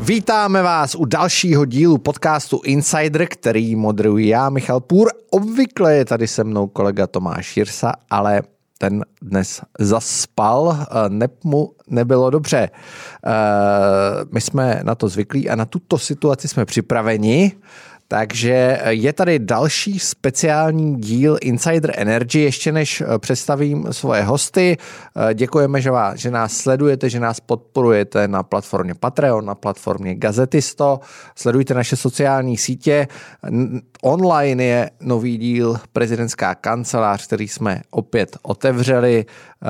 Vítáme vás u dalšího dílu podcastu Insider, který moderuji já, Michal Půr. Obvykle je tady se mnou kolega Tomáš Jirsa, ale ten dnes zaspal, mu nebylo dobře. My jsme na to zvyklí a na tuto situaci jsme připraveni. Takže je tady další speciální díl Insider Energy. Ještě než představím svoje hosty, děkujeme, že nás sledujete, že nás podporujete na platformě Patreon, na platformě Gazetisto. Sledujte naše sociální sítě. Online je nový díl Prezidentská kancelář, který jsme opět otevřeli.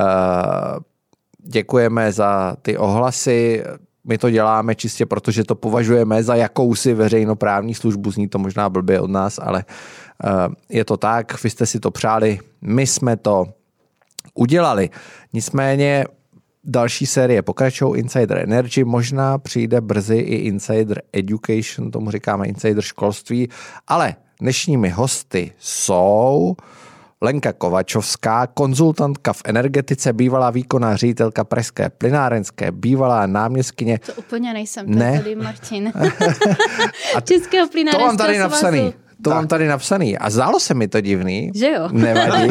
Děkujeme za ty ohlasy. My to děláme čistě, protože to považujeme za jakousi veřejnoprávní službu. Zní to možná blbě od nás, ale je to tak. Vy jste si to přáli, my jsme to udělali. Nicméně další série pokračují Insider Energy. Možná přijde brzy i Insider Education, tomu říkáme Insider školství. Ale dnešními hosty jsou Lenka Kovačovská, konzultantka v energetice, bývalá výkonná ředitelka Pražské plynárenské, bývalá náměstkyně. To úplně nejsem, to je tady Martin. Českého plynárenského To mám tady napsaný. To mám tady napsaný. A zdálo se mi to divný. Že jo? Nevadí.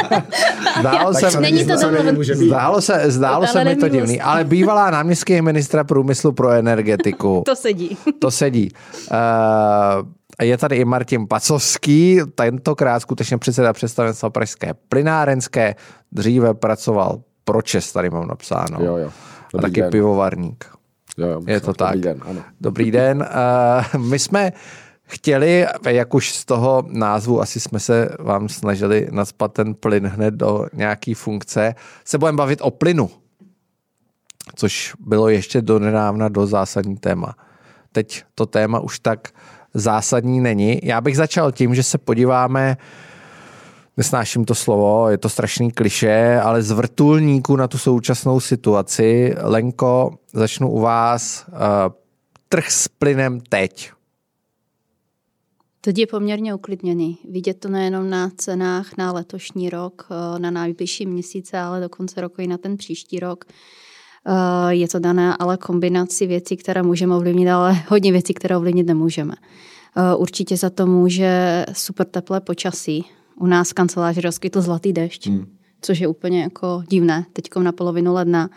Zdálo se mi to divný. Ale bývalá náměstkyně ministra průmyslu pro energetiku. To sedí. Je tady i Martin Pacovský, tentokrát skutečně předseda představenstva Pražské plynárenské. Dříve pracoval pro ČEZ, tady mám napsáno. Jo. A taky den. Pivovarník. Jo, je to tak. Dobrý den, ano. Dobrý den. My jsme chtěli, jak už z toho názvu, asi jsme se vám snažili nacpat ten plyn hned do nějaký funkce, se budeme bavit o plynu, což bylo ještě donedávna dost zásadní téma. Teď to téma už tak zásadní není. Já bych začal tím, že se podíváme, nesnáším to slovo, je to strašný klišé, ale z vrtulníku na tu současnou situaci. Lenko, začnu u vás. Trh s plynem teď. Teď je poměrně uklidněný. Vidět to nejenom na cenách na letošní rok, na nejbližší měsíce, ale do konce roku i na ten příští rok. Je to dané ale kombinaci věcí, které můžeme ovlivnit, ale hodně věcí, které ovlivnit nemůžeme. Určitě za to může super teplé počasí. U nás v kanceláři rozkvitl zlatý dešť, což je úplně jako divné, teďkom na polovinu ledna.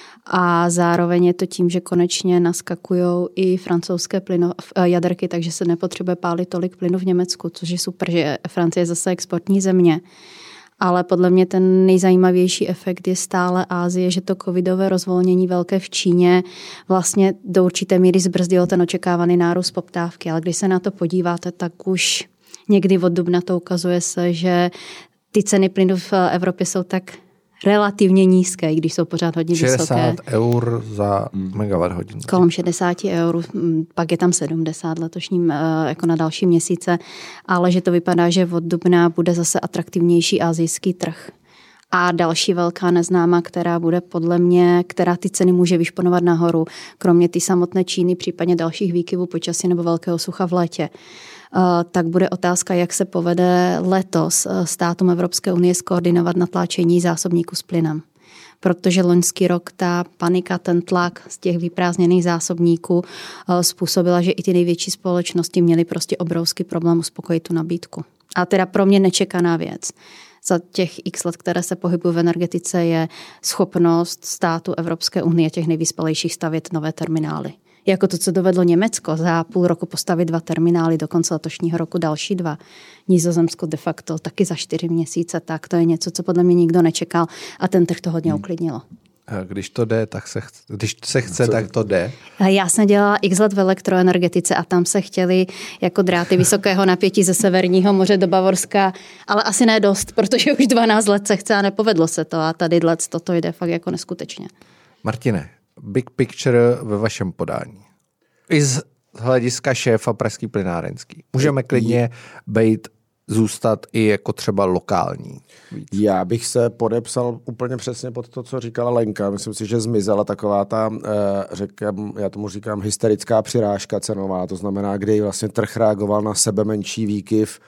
A zároveň je to tím, že konečně naskakujou i francouzské jaderky, takže se nepotřebuje pálit tolik plynu v Německu, což je super, že Francie je zase exportní země. Ale podle mě ten nejzajímavější efekt je stále Asie, že to covidové rozvolnění velké v Číně vlastně do určité míry zbrzdilo ten očekávaný nárůst poptávky. Ale když se na to podíváte, tak už někdy od dubna to ukazuje se, že ty ceny plynu v Evropě jsou tak relativně nízké, i když jsou pořád hodně 60 vysoké. 60 eur za megawatt hodinu. Kolem 60 eur, pak je tam 70 letošním jako na další měsíce, ale že to vypadá, že od dubna bude zase atraktivnější asijský trh. A další velká neznámá, která bude podle mě, která ty ceny může vyšponovat nahoru, kromě ty samotné Číny, případně dalších výkyvů počasí nebo velkého sucha v létě, tak bude otázka, jak se povede letos státům Evropské unie skoordinovat natláčení zásobníků s plynem. Protože loňský rok ta panika, ten tlak z těch vyprázdněných zásobníků způsobila, že i ty největší společnosti měly prostě obrovský problém uspokojit tu nabídku. A teda pro mě nečekaná věc. Za těch x let, které se pohybují v energetice, je schopnost státu Evropské unie těch nejvyspělejších stavět nové terminály. Jako to, co dovedlo Německo za půl roku postavit 2 terminály, do konce letošního roku další 2. Nizozemsko de facto taky za 4 měsíce, tak to je něco, co podle mě nikdo nečekal a ten trh to hodně uklidnilo. Když to jde, tak když se chce, tak to jde. Já jsem dělala x let v elektroenergetice a tam se chtěli jako dráty vysokého napětí ze Severního moře do Bavorska, ale asi ne dost, protože už 12 let se chce a nepovedlo se to a tady toto jde fakt jako neskutečně. Martine, big picture ve vašem podání. I z hlediska šéfa Pražský plynárenský. Můžeme klidně zůstat i jako třeba lokální. Já bych se podepsal úplně přesně pod to, co říkala Lenka. Myslím si, že zmizela taková ta, já tomu říkám, hysterická přirážka cenová. To znamená, kdy vlastně trh reagoval na sebe menší výkyv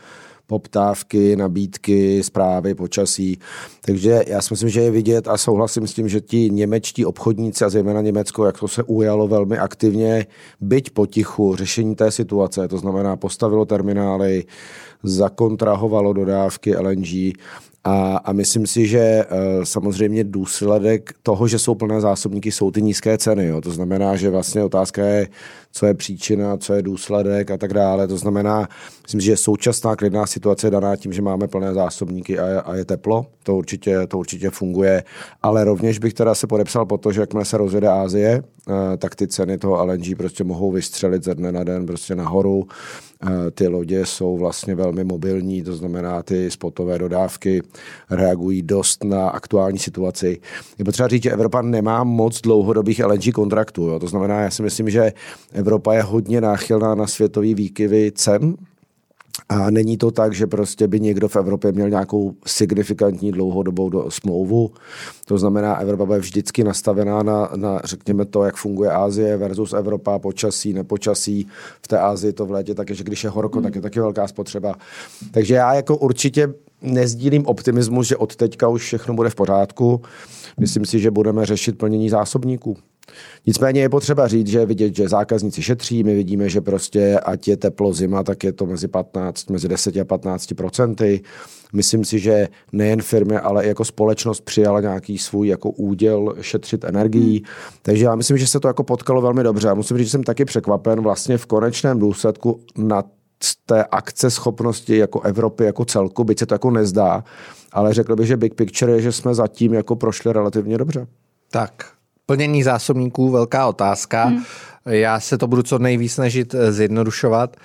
poptávky, nabídky, zprávy, počasí. Takže já si myslím, že je vidět a souhlasím s tím, že ti němečtí obchodníci a zejména Německo, jak to se ujalo velmi aktivně, byť potichu řešení té situace, to znamená postavilo terminály, zakontrahovalo dodávky LNG a myslím si, že samozřejmě důsledek toho, že jsou plné zásobníky, jsou ty nízké ceny. Jo. To znamená, že vlastně otázka je, co je příčina, co je důsledek a tak dále. To znamená, myslím si, že současná klidná situace je daná tím, že máme plné zásobníky a je teplo. To určitě funguje. Ale rovněž bych teda se podepsal po to, že jakmile se rozjede Asie, tak ty ceny toho LNG prostě mohou vystřelit ze dne na den prostě nahoru. Ty lodě jsou vlastně velmi mobilní, to znamená, ty spotové dodávky reagují dost na aktuální situaci. Je potřeba říct, že Evropa nemá moc dlouhodobých LNG kontraktů. Jo. To znamená, já si myslím, že Evropa je hodně náchylná na světový výkyvy cen. A není to tak, že prostě by někdo v Evropě měl nějakou signifikantní dlouhodobou smlouvu. To znamená, Evropa bude vždycky nastavená na řekněme to, jak funguje Asie versus Evropa, počasí, nepočasí. V té Asii to v létě také, že když je horko, tak je taky velká spotřeba. Takže já jako určitě nezdílím optimismus, že od teďka už všechno bude v pořádku. Myslím si, že budeme řešit plnění zásobníků. Nicméně je potřeba říct, že vidět, že zákazníci šetří, my vidíme, že prostě ať je teplo zima, tak je to mezi 10 a 15%. Myslím si, že nejen firmy, ale i jako společnost přijala nějaký svůj jako úděl šetřit energií. Takže já myslím, že se to jako potkalo velmi dobře. A musím říct, že jsem taky překvapen vlastně v konečném důsledku na té akce schopnosti jako Evropy jako celku, byť se to jako nezdá, ale řekl bych, že big picture je, že jsme zatím jako prošli relativně dobře. Tak. Plnění zásobníků, velká otázka. Já se to budu co nejvíc snažit zjednodušovat.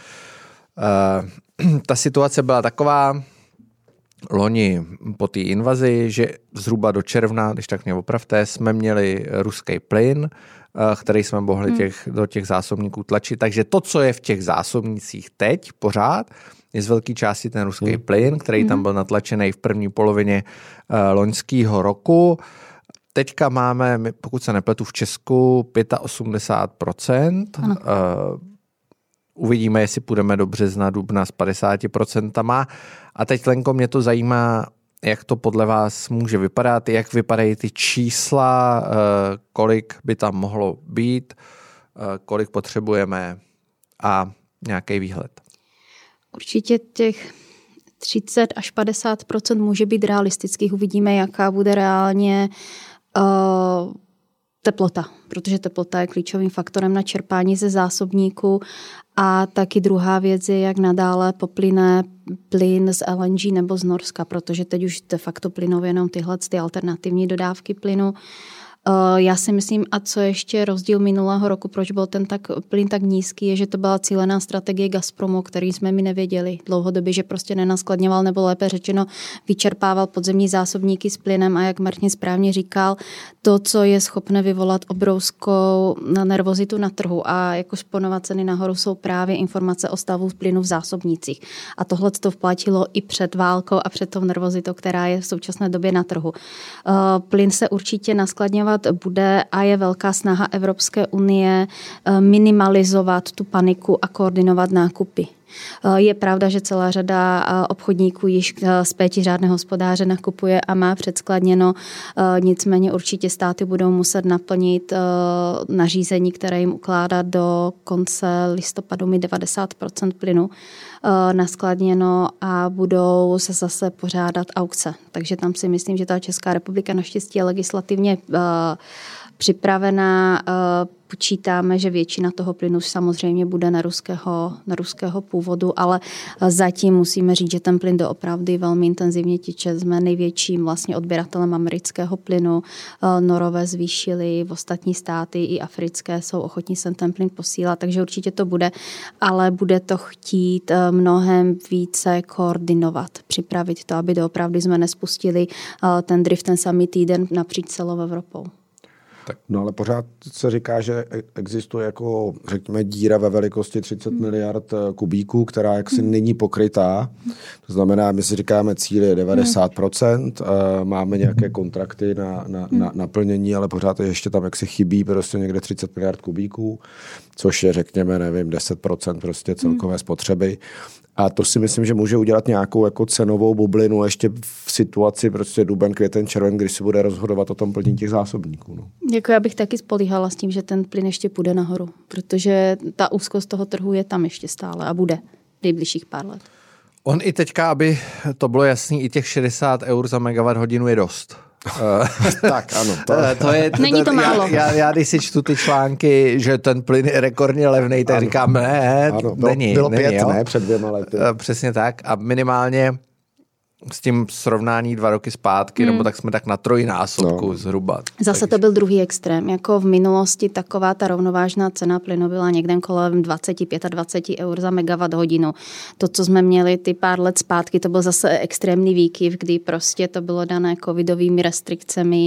Ta situace byla taková loni po té invazi, že zhruba do června, když tak mě opravte, jsme měli ruský plyn, který jsme mohli do těch zásobníků tlačit. Takže to, co je v těch zásobnících teď pořád, je z velké části ten ruský plyn, který tam byl natlačený v první polovině loňského roku. Teďka máme, pokud se nepletu, v Česku 85%. Uvidíme, jestli půjdeme do března, dubna s 50%. A teď, Lenko, mě to zajímá, jak to podle vás může vypadat, jak vypadají ty čísla, kolik by tam mohlo být, kolik potřebujeme a nějaký výhled. Určitě těch 30 až 50% může být realistických. Uvidíme, jaká bude reálně teplota, protože teplota je klíčovým faktorem na čerpání ze zásobníku a taky druhá věc je, jak nadále poplyne plyn z LNG nebo z Norska, protože teď už de facto plynou jenom tyhle ty alternativní dodávky plynu. Já si myslím, a co ještě rozdíl minulého roku, proč byl ten plyn tak nízký, je, že to byla cílená strategie Gazpromu, který jsme my nevěděli dlouhodobě, že prostě nenaskladňoval nebo lépe řečeno vyčerpával podzemní zásobníky s plynem a jak Martin správně říkal, to, co je schopné vyvolat obrovskou nervozitu na trhu a jako šponovat ceny nahoru jsou právě informace o stavu plynu v zásobnících. A tohle to vplatilo i před válkou a před tou nervozitou, která je v současné době na trhu. Plyn se určitě naskladňovat bude a je velká snaha Evropské unie minimalizovat tu paniku a koordinovat nákupy. Je pravda, že celá řada obchodníků již z péči řádného hospodáře nakupuje a má předskladněno, nicméně určitě státy budou muset naplnit nařízení, které jim ukládá do konce listopadu 90% plynu naskladněno a budou se zase pořádat aukce. Takže tam si myslím, že ta Česká republika naštěstí je legislativně připravená. Počítáme, že většina toho plynu samozřejmě bude na ruského původu, ale zatím musíme říct, že ten plyn doopravdy velmi intenzivně teče. Jsme největším vlastně odběratelem amerického plynu. Norové zvýšili, v ostatní státy i africké jsou ochotní sem ten plyn posílat, takže určitě to bude, ale bude to chtít mnohem více koordinovat, připravit to, aby doopravdy jsme nespustili ten drift ten samý týden napříč celou Evropou. No ale pořád se říká, že existuje jako, řekněme, díra ve velikosti 30 miliard kubíků, která jaksi není pokrytá. To znamená, my si říkáme, cíl je 90%, máme nějaké kontrakty na naplnění, ale pořád ještě tam jaksi chybí prostě někde 30 miliard kubíků, což je, řekněme, nevím, 10% prostě celkové spotřeby. A to si myslím, že může udělat nějakou jako cenovou bublinu ještě v situaci prostě duben, květen, červen, kdy se bude rozhodovat o tom plnění těch zásobníků. No. Jako já bych taky spolíhala s tím, že ten plyn ještě půjde nahoru, protože ta úzkost toho trhu je tam ještě stále a bude v nejbližších pár let. On i teďka, aby to bylo jasný, i těch 60 eur za megawatt hodinu je dost. Tak, ano. Není to málo. Já když si čtu ty články, že ten plyn je rekordně levnej, tak říkám, není. Bylo 5, ne? Před 2 lety. Přesně tak. A minimálně s tím srovnání 2 roky zpátky, nebo tak jsme tak na trojnásobku zhruba. Zase to byl druhý extrém. Jako v minulosti taková ta rovnovážná cena plynu byla někde kolem 20-25 eur za megawatt hodinu. To, co jsme měli ty pár let zpátky, to byl zase extrémní výkyv, kdy prostě to bylo dané covidovými restrikcemi,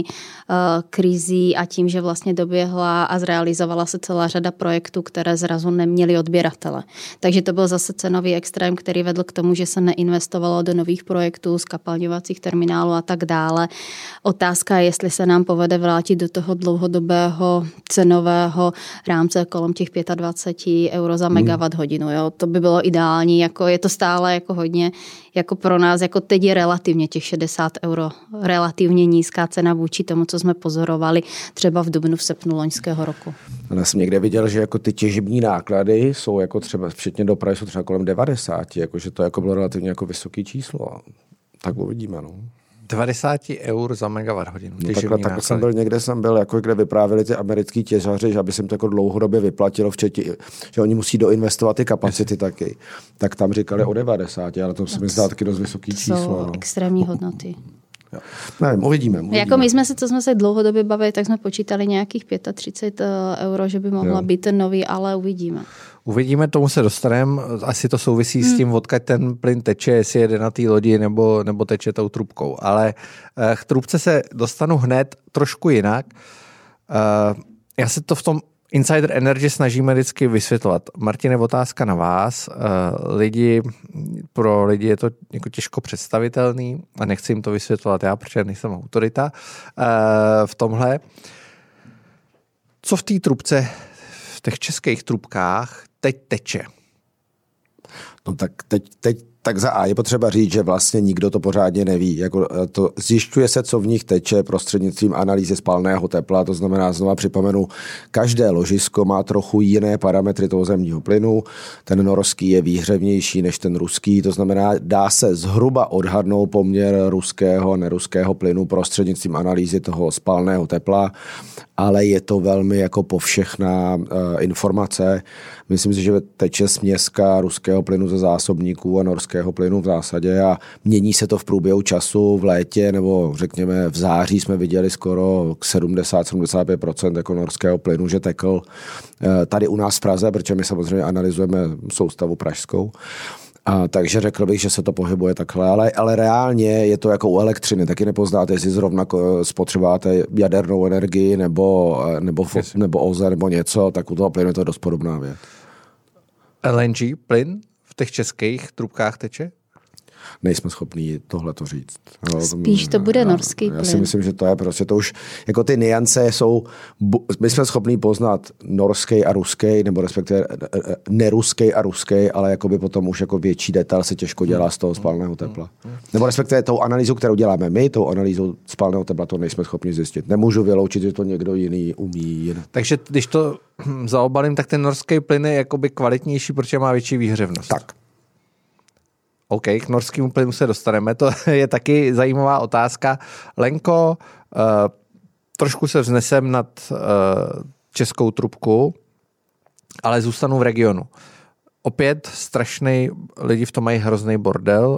krizí a tím, že vlastně doběhla a zrealizovala se celá řada projektů, které zrazu neměly odběratele. Takže to byl zase cenový extrém, který vedl k tomu, že se neinvestovalo do nových projektů, skapalňovacích terminálů a tak dále. Otázka je, jestli se nám povede vrátit do toho dlouhodobého cenového rámce kolem těch 25 euro za megawatt hodinu. Jo? To by bylo ideální, jako je to stále jako hodně, jako pro nás, jako teď je relativně těch 60 euro relativně nízká cena vůči tomu, co jsme pozorovali třeba v dubnu, v srpnu loňského roku. Já jsem někde viděl, že jako ty těžební náklady jsou jako třeba, včetně dopravy, jsou třeba kolem 90, jako, že to jako bylo relativně jako vysoké číslo. Tak uvidíme, no. 90 eur za megawatt hodinu. No takhle jsem byl, někde jsem byl, jako kde vyprávěli ty americký těžaři, že aby se jim to jako dlouhodobě vyplatilo, včetně, že oni musí doinvestovat ty kapacity taky. Tak tam říkali o 90, ale to se mi zdá taky dost vysoký číslo. Jsou extrémní hodnoty. Nevím, uvidíme. Jako my jsme se, co jsme se dlouhodobě bavili, tak jsme počítali nějakých 35 euro, že by mohla být ten nový, ale uvidíme. Uvidíme, tomu se dostaneme. Asi to souvisí s tím, odkud ten plyn teče, jestli jede na té lodi nebo teče tou trubkou. Ale k trubce se dostanu hned trošku jinak. Já se to v tom Insider Energy snažíme vždycky vysvětlovat. Martine, otázka na vás. Pro lidi je to jako těžko představitelný a nechci jim to vysvětlovat já, protože nejsem autorita v tomhle. Co v té trubce, v těch českých trubkách teď teče? No tak teď tak za A je potřeba říct, že vlastně nikdo to pořádně neví. Jako to zjišťuje se, co v nich teče prostřednictvím analýzy spalného tepla. To znamená, znova připomenu, každé ložisko má trochu jiné parametry toho zemního plynu. Ten norský je výhřevnější než ten ruský. To znamená, dá se zhruba odhadnout poměr ruského a neruského plynu prostřednictvím analýzy toho spalného tepla, ale je to velmi jako povšechná informace. Myslím si, že teče směska ruského plynu ze zásobníků a norského plynu v zásadě a mění se to v průběhu času. V létě nebo řekněme v září jsme viděli skoro 70-75% jako norského plynu, že tekl tady u nás v Praze, protože my samozřejmě analyzujeme soustavu pražskou. Takže řekl bych, že se to pohybuje takhle, ale reálně je to jako u elektřiny, taky nepoznáte, jestli zrovna spotřebáte jadernou energii nebo OZE nebo něco, tak u toho plynu je to dost podobná věc. LNG plyn v těch českých trubkách teče? Nejsme schopní tohleto říct. Spíš to bude norský plyn. Já si myslím, že to je prostě to už, jako ty niance jsou, my jsme schopní poznat norský a ruský, nebo respektive neruský a ruský, ale jakoby potom už jako větší detail se těžko dělá z toho spalného tepla. Nebo respektive tou analýzou, kterou děláme my, tou analýzou spalného tepla, to nejsme schopni zjistit. Nemůžu vyloučit, že to někdo jiný umí. Takže když to zaobalím, tak ten norský plyn je jakoby kvalitnější, protože má větší výhřevnost. Tak. OK, k norskému plynu se dostaneme, to je taky zajímavá otázka. Lenko, trošku se vznesem nad českou trubku, ale zůstanu v regionu. Opět strašný, lidi v tom mají hrozný bordel,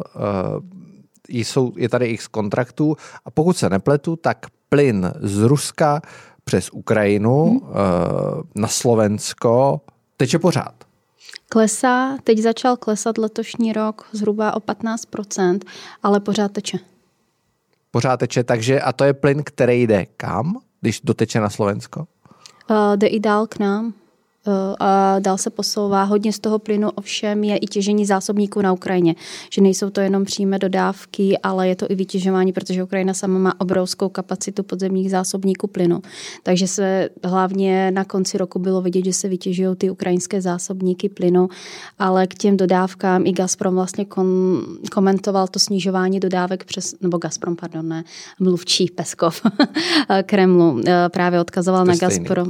je tady x kontraktů a pokud se nepletu, tak plyn z Ruska přes Ukrajinu na Slovensko teče pořád. Klesá, teď začal klesat letošní rok zhruba o 15%, ale pořád teče. Pořád teče, takže a to je plyn, který jde kam, když doteče na Slovensko? Jde i dál k nám. a dál se posouvá. Hodně z toho plynu ovšem je i těžení zásobníků na Ukrajině. Že nejsou to jenom přímé dodávky, ale je to i vytěžování, protože Ukrajina sama má obrovskou kapacitu podzemních zásobníků plynu. Takže se hlavně na konci roku bylo vidět, že se vytěžují ty ukrajinské zásobníky plynu, ale k těm dodávkám i Gazprom vlastně komentoval to snižování dodávek nebo Gazprom, pardon, ne, mluvčí Peskov Kremlu právě odkazoval na Gazprom.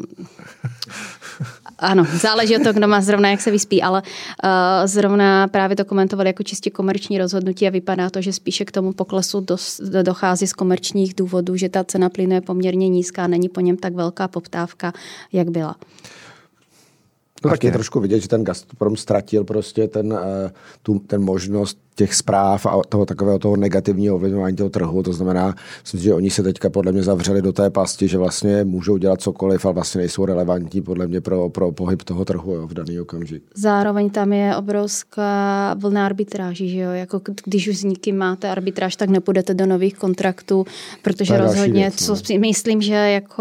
Ano, záleží od toho, kdo má zrovna, jak se vyspí, ale zrovna právě to komentoval jako čistě komerční rozhodnutí a vypadá to, že spíše k tomu poklesu dochází z komerčních důvodů, že ta cena plynu je poměrně nízká, není po něm tak velká poptávka, jak byla. No tak je trošku vidět, že ten Gazprom ztratil prostě ten možnost těch zpráv a toho negativního ovlivňování toho trhu. To znamená, myslím, že oni se teďka podle mě zavřeli do té pasti, že vlastně můžou dělat cokoliv, ale vlastně nejsou relevantní podle mě pro pohyb toho trhu, jo, v daný okamžik. Zároveň tam je obrovská vlna arbitráží, že jo? Jako když už s nikým máte arbitráž, tak nepůjdete do nových kontraktů, protože rozhodně, věc, co si myslím, že jako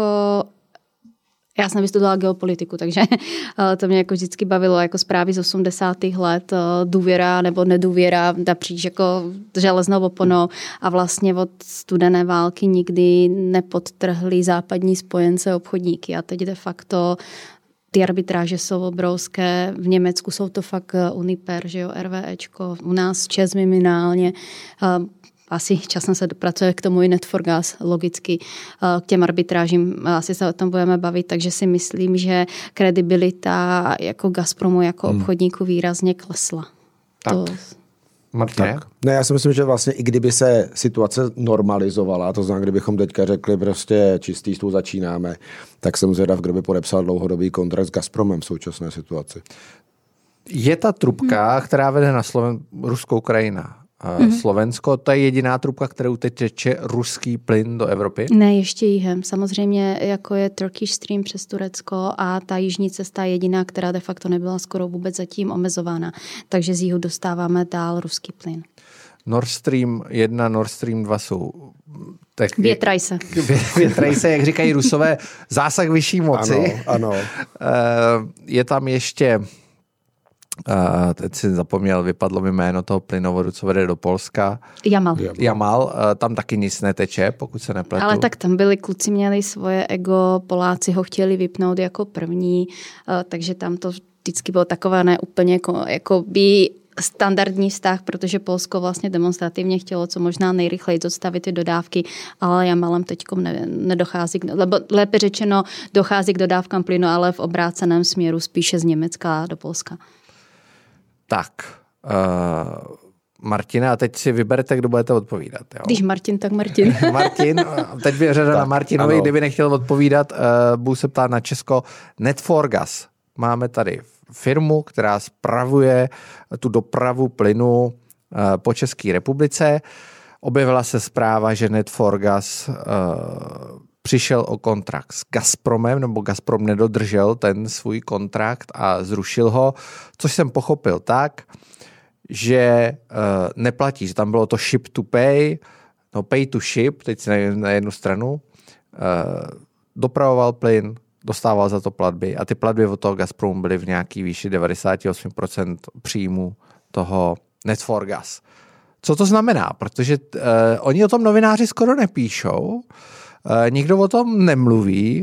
já jsem vystudovala geopolitiku, takže to mě jako vždycky bavilo, jako zprávy z 80. let, důvěra nebo nedůvěra napříč jako železnou oponou a vlastně od studené války nikdy nepodtrhli západní spojence obchodníky a teď de facto ty arbitráže jsou obrovské, v Německu jsou to fakt Uniper, že jo, RVEčko, u nás ČEZ minimálně, asi časem se dopracuje k tomu i Net4Gas, logicky k těm arbitrážím, asi se o tom budeme bavit, takže si myslím, že kredibilita jako Gazpromu, jako obchodníku výrazně klesla. Martine? Ne, já si myslím, že vlastně i kdyby se situace normalizovala, to znamená, kdybychom teďka řekli prostě čistý stůl začínáme, tak jsem zvědav, kdo by podepsal dlouhodobý kontrakt s Gazpromem v současné situaci. Je ta trubka, která vede na Ruskou Ukrajina. Slovensko, to je jediná trubka, kterou teď teče ruský plyn do Evropy? Ne, ještě jihem. Samozřejmě jako je Turkish Stream přes Turecko a ta jižní cesta je jediná, která de facto nebyla skoro vůbec zatím omezována. Takže z jihu dostáváme dál ruský plyn. Nord Stream 1, Nord Stream 2 jsou... Větraj se. Větraj se, jak říkají Rusové, zásah vyšší moci. Ano. Je tam ještě... teď si zapomněl, vypadlo mi jméno toho plynovodu, co vede do Polska. Jamal, tam taky nic neteče, pokud se nepletu. Ale tak tam byli kluci, měli svoje ego, Poláci ho chtěli vypnout jako první, takže tam to vždycky bylo takové ne úplně jako by standardní vztah, protože Polsko vlastně demonstrativně chtělo co možná nejrychleji odstavit ty dodávky, ale Jamalem teďkom nedochází, lépe řečeno dochází k dodávkám plynu, ale v obráceném směru spíše z Německa do Polska. Tak, Martina, a teď si vyberte, kdo budete odpovídat. Jo? Když Martin, tak Martin. Martin, teď by řada na Martinovi, ano. Kdyby nechtěl odpovídat, budu se ptát na Česko. Net4Gas. Máme tady firmu, která spravuje tu dopravu plynu po České republice. Objevila se zpráva, že Net4Gas přišel o kontrakt s Gazpromem, nebo Gazprom nedodržel ten svůj kontrakt a zrušil ho, což jsem pochopil tak, že neplatí, že tam bylo to ship to pay, no pay to ship, teď si na jednu stranu, dopravoval plyn, dostával za to platby a ty platby od toho Gazpromu byly v nějaký výši 98% příjmu toho Net4Gas. Co to znamená? Protože oni o tom novináři skoro nepíšou, nikdo o tom nemluví.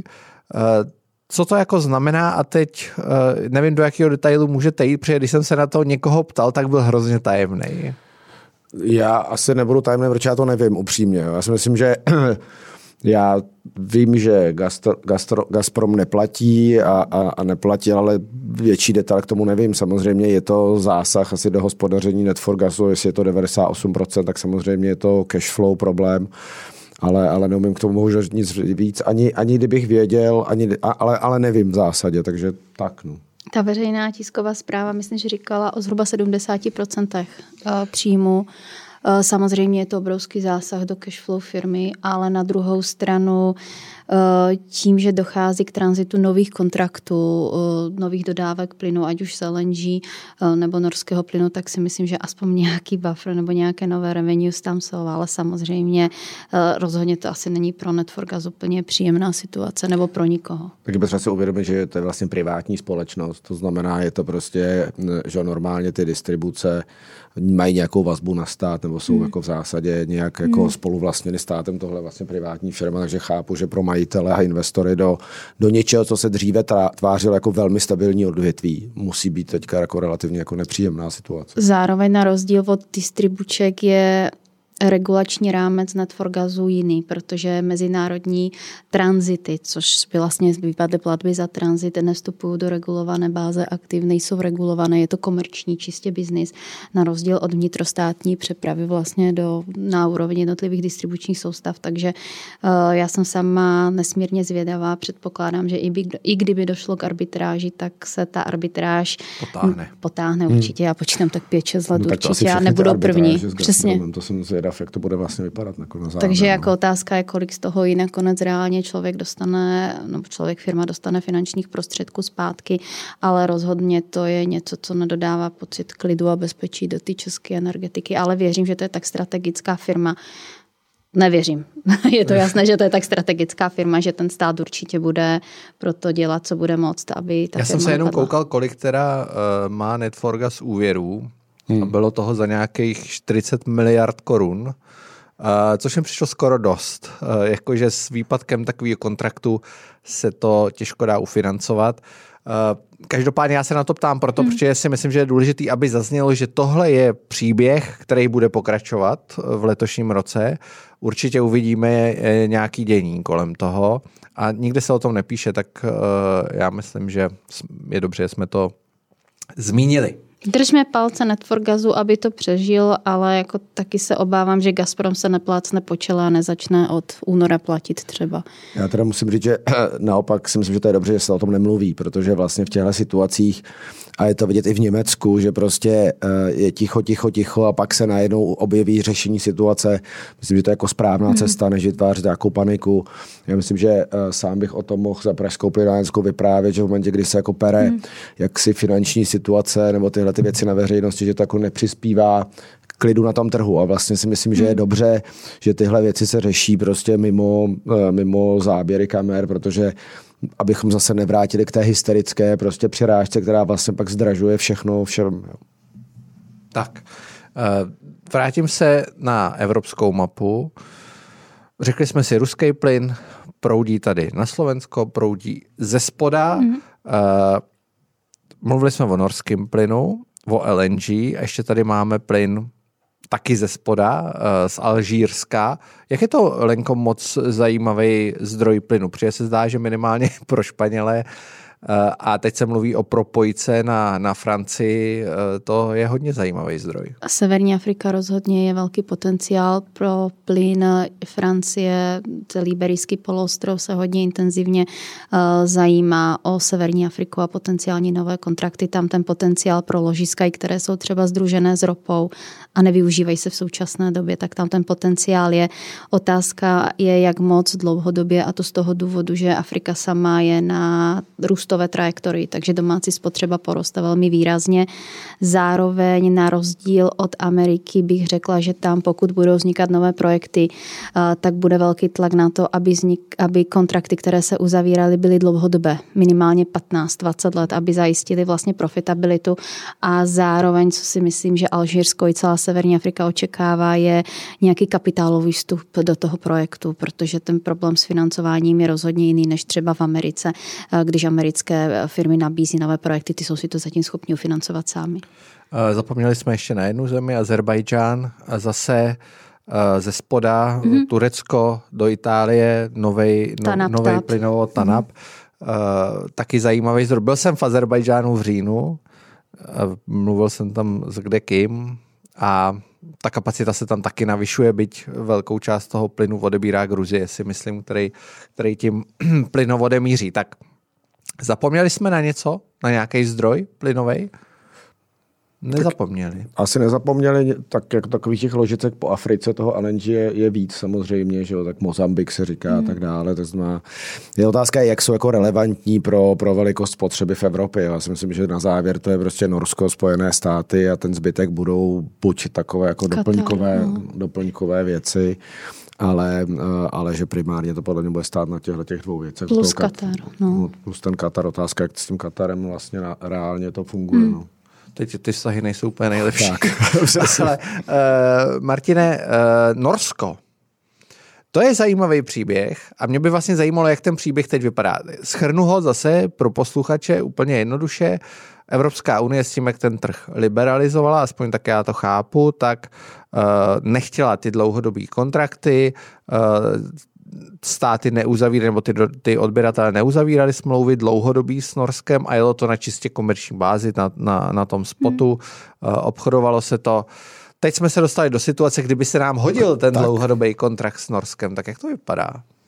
Co to jako znamená a teď nevím, do jakého detailu můžete jít, protože když jsem se na to někoho ptal, tak byl hrozně tajemný. Já asi nebudu tajemný, protože já to nevím upřímně. Já si myslím, že já vím, že Gazprom neplatí a neplatí, ale větší detail k tomu nevím. Samozřejmě je to zásah asi do hospodaření Net4Gasu, jestli je to 98%, tak samozřejmě je to cash flow problém. Ale neumím k tomu možná nic víc, ani kdybych věděl, ale nevím v zásadě, takže tak. No. Ta veřejná tisková zpráva, myslím, že říkala o zhruba 70% příjmu Samozřejmě je to obrovský zásah do cashflow firmy, ale na druhou stranu tím, že dochází k tranzitu nových kontraktů, nových dodávek plynu, ať už z LNG nebo norského plynu, tak si myslím, že aspoň nějaký buffer nebo nějaké nové revenues tam jsou, ale samozřejmě rozhodně to asi není pro Net4Gas úplně příjemná situace nebo pro nikoho. Tak je potřeba si uvědomit, že to je vlastně privátní společnost, to znamená, je to prostě, že normálně ty distribuce mají nějakou vazbu na stát nebo jsou jako v zásadě nějak jako spoluvlastněny státem, tohle vlastně privátní firma, takže chápu, že pro majitele a investory do něčeho, co se dříve tvářilo jako velmi stabilní odvětví, musí být teďka jako relativně jako nepříjemná situace. Zároveň na rozdíl od distribuček je regulační rámec Net4Gasu jiný, protože mezinárodní tranzity, což by vlastně výpadly platby za tranzit, nevstupují do regulované báze aktiv, nejsou regulované, je to komerční čistě biznis, na rozdíl od vnitrostátní přepravy vlastně na úrovni jednotlivých distribučních soustav, takže já jsem sama nesmírně zvědavá, předpokládám, že i kdyby došlo k arbitráži, tak se ta arbitráž potáhne určitě, já počítám tak 5-6 let určitě a nebudou první. Přesně. To jsem zvědav, jak to bude vlastně vypadat nakonec. Takže jako otázka je, kolik z toho i nakonec reálně firma dostane finančních prostředků zpátky, ale rozhodně to je něco, co nedodává pocit klidu a bezpečí do té české energetiky, ale věřím, že to je tak strategická firma. Nevěřím. Je to jasné, že to je tak strategická firma, že ten stát určitě bude proto dělat, co bude moct, aby ta Já firma jsem se jenom dopadla. koukal, kolik teda má Net4Gas úvěrů. A bylo toho za nějakých 40 miliard korun, což mi přišlo skoro dost. Jakože s výpadkem takového kontraktu se to těžko dá ufinancovat. Každopádně já se na to ptám proto, protože si myslím, že je důležité, aby zaznělo, že tohle je příběh, který bude pokračovat v letošním roce. Určitě uvidíme nějaký dění kolem toho a nikde se o tom nepíše, tak já myslím, že je dobře, že jsme to zmínili. Držme palce Net4Gasu, aby to přežil, ale jako taky se obávám, že Gazprom se neplácne po čele a nezačne od února platit třeba. Já teda musím říct, že naopak si myslím, že to je dobře, že se o tom nemluví, protože vlastně v těchto situacích, a je to vidět i v Německu, že prostě je ticho a pak se najednou objeví řešení situace. Myslím, že to je jako správná cesta, než vytvářet nějakou paniku. Já myslím, že sám bych o tom mohl za pražskou plynárenskou vyprávět, že v momentě, kdy se jako pere jaksi finanční situace nebo tyhle ty věci na veřejnosti, že to jako nepřispívá k klidu na tom trhu. A vlastně si myslím, že je dobře, že tyhle věci se řeší prostě mimo záběry kamer, protože abychom zase nevrátili k té hysterické prostě přirážce, která vlastně pak zdražuje všechno všem. Tak, vrátím se na evropskou mapu. Řekli jsme si, ruský plyn proudí tady na Slovensko, proudí ze spoda. Mluvili jsme o norském plynu, o LNG, a ještě tady máme plyn taky ze spoda, z Alžírska. Jak je to, Lenko, moc zajímavý zdroj plynu? Protože se zdá, že minimálně pro Španělé, a teď se mluví o propojce na Francii, to je hodně zajímavý zdroj. Severní Afrika rozhodně je velký potenciál pro plyn. Francie, celý Iberijský poloostrov se hodně intenzivně zajímá o Severní Afriku a potenciální nové kontrakty. Tam ten potenciál pro ložiska, které jsou třeba sdružené s ropou a nevyužívají se v současné době, tak tam ten potenciál je. Otázka je, jak moc dlouhodobě, a to z toho důvodu, že Afrika sama je na růstové trajektorii, takže domácí spotřeba poroste velmi výrazně. Zároveň na rozdíl od Ameriky bych řekla, že tam, pokud budou vznikat nové projekty, tak bude velký tlak na to, aby kontrakty, které se uzavíraly, byly dlouhodobé, minimálně 15-20 let, aby zajistili vlastně profitabilitu, a zároveň, co si myslím, že Alžírsko i celá Severní Afrika očekává, je nějaký kapitálový vstup do toho projektu, protože ten problém s financováním je rozhodně jiný než třeba v Americe, když americké firmy nabízí nové projekty, ty jsou si to zatím schopni ufinancovat sami. Zapomněli jsme ještě na jednu zemi, Azerbajdžán, a zase ze spoda Turecko do Itálie, novej plynovod TANAP. Taky zajímavý zdroj. Byl jsem v Azerbajdžánu v říjnu, mluvil jsem tam s kdekým a ta kapacita se tam taky navyšuje, byť velkou část toho plynu odebírá Gruzie, si myslím, který tím plynovodem míří. Tak zapomněli jsme na něco? Na nějaký zdroj plynovej? nezapomněli. Asi nezapomněli, tak jako takových těch ložicek po Africe toho LNG je víc samozřejmě, že jo, tak Mozambik se říká a tak dále. To znamená, je otázka, jak jsou jako relevantní pro velikost spotřeby v Evropě. Já si myslím, že na závěr to je prostě Norsko, Spojené státy a ten zbytek budou buď takové jako doplňkové věci, ale že primárně to podle mě bude stát na těch dvou věcech. Plus Katar. Plus ten Katar, otázka, jak s tím Katarem vlastně reálně to funguje. No. Teď ty vztahy nejsou úplně nejlepší. Tak. Ale, Martine, Norsko. To je zajímavý příběh a mě by vlastně zajímalo, jak ten příběh teď vypadá. Shrnu ho zase pro posluchače úplně jednoduše. Evropská unie s tím, jak ten trh liberalizovala, aspoň tak já to chápu, tak nechtěla ty dlouhodobý kontrakty, státy neuzavírali, nebo ty odběratele neuzavírali smlouvy dlouhodobý s Norskem a jelo to na čistě komerční bázi, na tom spotu, obchodovalo se to. Teď jsme se dostali do situace, kdyby se nám hodil ten dlouhodobý kontrakt s Norskem, tak jak to vypadá?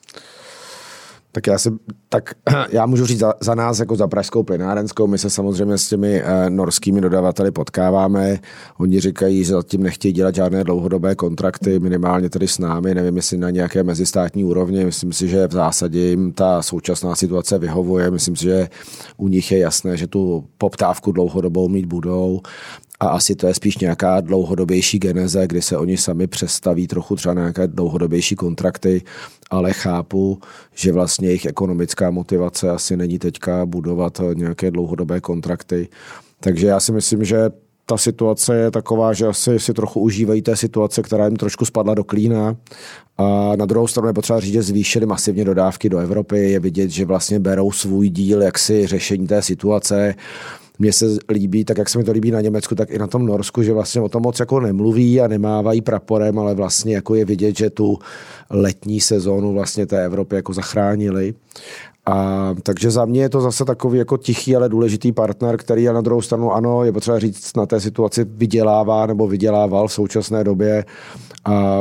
Tak já můžu říct za nás, jako za pražskou plynárenskou, my se samozřejmě s těmi norskými dodavateli potkáváme. Oni říkají, že zatím nechtějí dělat žádné dlouhodobé kontrakty, minimálně tedy s námi, nevím, jestli na nějaké mezistátní úrovni. Myslím si, že v zásadě jim ta současná situace vyhovuje. Myslím si, že u nich je jasné, že tu poptávku dlouhodobou mít budou. A asi to je spíš nějaká dlouhodobější geneze, kdy se oni sami přestaví trochu třeba na nějaké dlouhodobější kontrakty, ale chápu, že vlastně jejich ekonomická motivace asi není teďka budovat nějaké dlouhodobé kontrakty. Takže já si myslím, že ta situace je taková, že asi si trochu užívají té situace, která jim trošku spadla do klína. A na druhou stranu je potřeba říct, že zvýšily masivně dodávky do Evropy. Je vidět, že vlastně berou svůj díl jaksi řešení té situace. Mně se líbí, tak jak se mi to líbí na Německu, tak i na tom Norsku, že vlastně o tom moc jako nemluví a nemávají praporem, ale vlastně jako je vidět, že tu letní sezónu vlastně té Evropy jako zachránili. A takže za mě je to zase takový jako tichý, ale důležitý partner, který na druhou stranu, ano, je potřeba říct, na té situaci vydělává nebo vydělával v současné době. A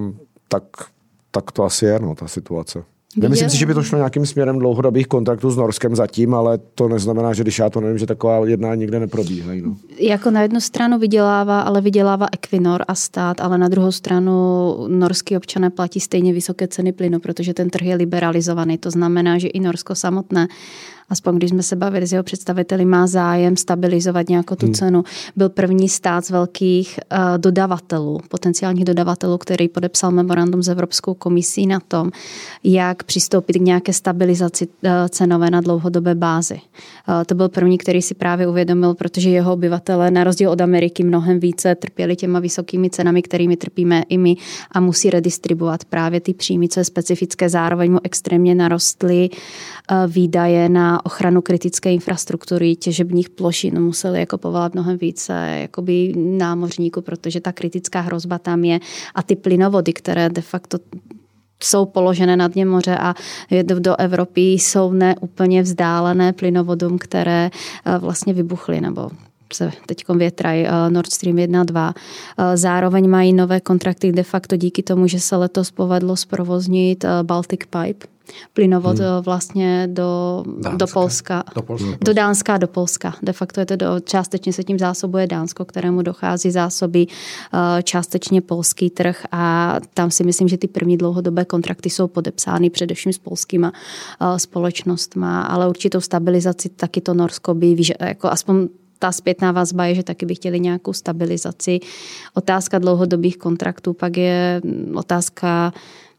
tak to asi je, no, ta situace. Nemyslím si, že by to šlo nějakým směrem dlouhodobých kontaktů s Norskem zatím, ale to neznamená, že když já to nevím, že taková jednání nikde neprobíhají. No. Jako na jednu stranu vydělává, ale vydělává Equinor a stát, ale na druhou stranu norský občané platí stejně vysoké ceny plynu, protože ten trh je liberalizovaný. To znamená, že i Norsko samotné, aspoň když jsme se bavili s jeho představiteli, má zájem stabilizovat nějakou tu cenu. Byl první stát z velkých dodavatelů, potenciálních dodavatelů, který podepsal memorandum s Evropskou komisí na tom, jak přistoupit k nějaké stabilizaci cenové na dlouhodobé bázi. To byl první, který si právě uvědomil, protože jeho obyvatelé na rozdíl od Ameriky mnohem více trpěli těma vysokými cenami, kterými trpíme i my a musí redistribuovat právě ty příjmy, co je specifické. Zároveň mu extrémně narostly výdaje na ochranu kritické infrastruktury, těžebních plošin, museli jako povolat mnohem více jakoby námořníků, protože ta kritická hrozba tam je a ty plynovody, které de facto jsou položené na dně moře a do Evropy jsou neúplně vzdálené plynovodům, které vlastně vybuchly nebo se teďkom větrají Nord Stream 1 a 2. Zároveň mají nové kontrakty de facto díky tomu, že se letos povedlo zprovoznit Baltic Pipe, plynovod vlastně do Polska. Do Dánska a do Polska. De facto je to částečně se tím zásobuje Dánsko, kterému dochází zásoby částečně polský trh a tam si myslím, že ty první dlouhodobé kontrakty jsou podepsány především s polskýma společnostma, ale určitou stabilizaci taky to Norsko by jako aspoň ta zpětná vazba je, že taky by chtěli nějakou stabilizaci. Otázka dlouhodobých kontraktů, pak je otázka,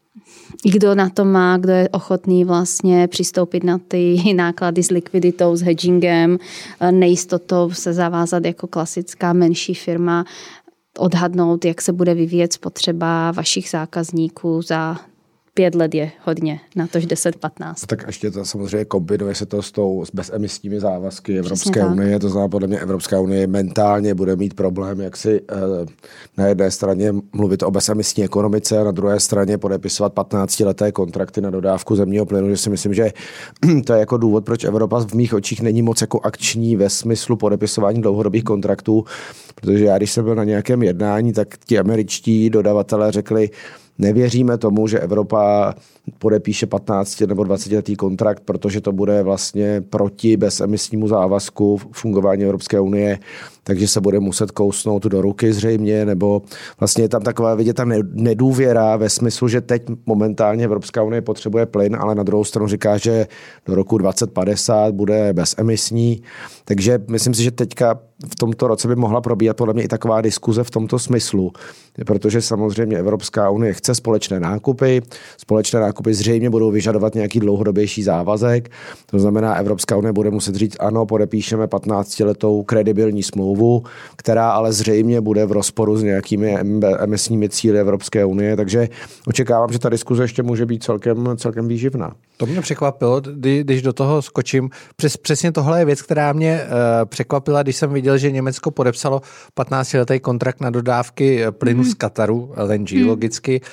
kdo na to má, kdo je ochotný vlastně přistoupit na ty náklady s likviditou, s hedgingem, nejistotou se zavázat jako klasická menší firma, odhadnout, jak se bude vyvíjet spotřeba vašich zákazníků za 5 let je hodně, na tož 10-15. Tak ještě to samozřejmě kombinuje se to s bezemisními závazky Evropské unie. To znamená, podle mě Evropská unie mentálně bude mít problém, jak si na jedné straně mluvit o bezemisní ekonomice a na druhé straně podepisovat 15leté kontrakty na dodávku zemního plynu, že si myslím, že to je jako důvod, proč Evropa v mých očích není moc jako akční ve smyslu podepisování dlouhodobých kontraktů, protože já, když jsem byl na nějakém jednání, tak ti američtí dodavatelé řekli, nevěříme tomu, že Evropa podepíše 15 nebo 20letý kontrakt, protože to bude vlastně proti bezemisnímu závazku fungování Evropské unie. takže se bude muset kousnout do ruky zřejmě, nebo vlastně je tam taková vidět ta nedůvěra ve smyslu, že teď momentálně Evropská unie potřebuje plyn, ale na druhou stranu říká, že do roku 2050 bude bezemisní. Takže myslím si, že teďka v tomto roce by mohla probíhat podle mě i taková diskuze v tomto smyslu, protože samozřejmě Evropská unie chce společné nákupy. Společné nákupy zřejmě budou vyžadovat nějaký dlouhodobější závazek. To znamená, Evropská unie bude muset říct, ano, podepíšeme 15letou kredibilní smlouvu, která ale zřejmě bude v rozporu s nějakými emisními cíli Evropské unie, takže očekávám, že ta diskuze ještě může být celkem výživná. To mě překvapilo, když do toho skočím. Přesně tohle je věc, která mě překvapila, když jsem viděl, že Německo podepsalo 15letý kontrakt na dodávky plynu z Kataru, LNG logicky.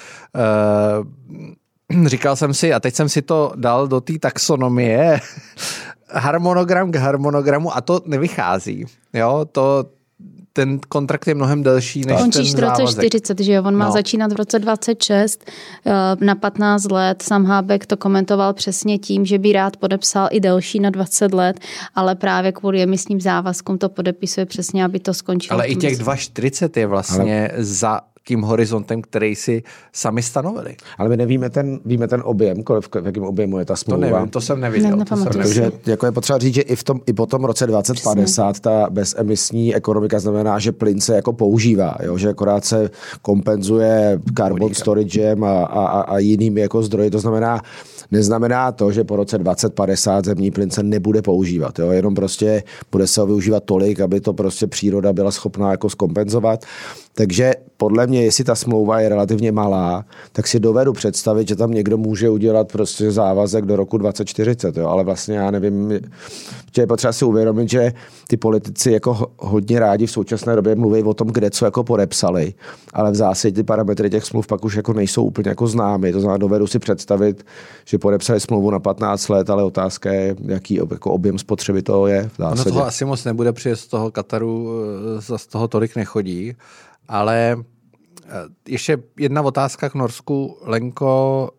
Říkal jsem si, a teď jsem si to dal do té taxonomie, harmonogram k harmonogramu a to nevychází. Jo, ten kontrakt je mnohem delší než ten závazek. Končí v roce 40, že jo? On má začínat v roce 26 na 15 let. Sam Habeck to komentoval přesně tím, že by rád podepsal i delší na 20 let, ale právě kvůli emisním závazkům to podepisuje přesně, aby to skončilo. Ale i těch 2,40 je vlastně za tím horizontem, který si sami stanovili. Ale my nevíme víme ten objem, v jakém objemu je ta smlouva. To nevím, to jsem neviděl. Takže jako je potřeba říct, že i po tom roce 2050 ta bezemisní ekonomika znamená, že plyn se jako používá, jo? Že akorát se kompenzuje carbon storagem a jinými jako zdroji. To znamená, neznamená to, že po roce 2050 zemní plyn se nebude používat. Jo? Jenom prostě bude se ho využívat tolik, aby to prostě příroda byla schopná jako zkompenzovat. Takže podle mě, jestli ta smlouva je relativně malá, tak si dovedu představit, že tam někdo může udělat prostě závazek do roku 2040, jo? Ale vlastně já nevím, že je potřeba si uvědomit, že ty politici jako hodně rádi v současné době mluví o tom, kde co jako podepsali, ale v zásadě ty parametry těch smluv pak už jako nejsou úplně jako známy. To znamená, dovedu si představit, že podepsali smlouvu na 15 let, ale otázka je, jaký jako objem spotřeby toho je v zásadě. Ono toho asi moc nebude, protože z toho Kataru z toho tolik nechodí. Ale ještě jedna otázka k Norsku. Lenko,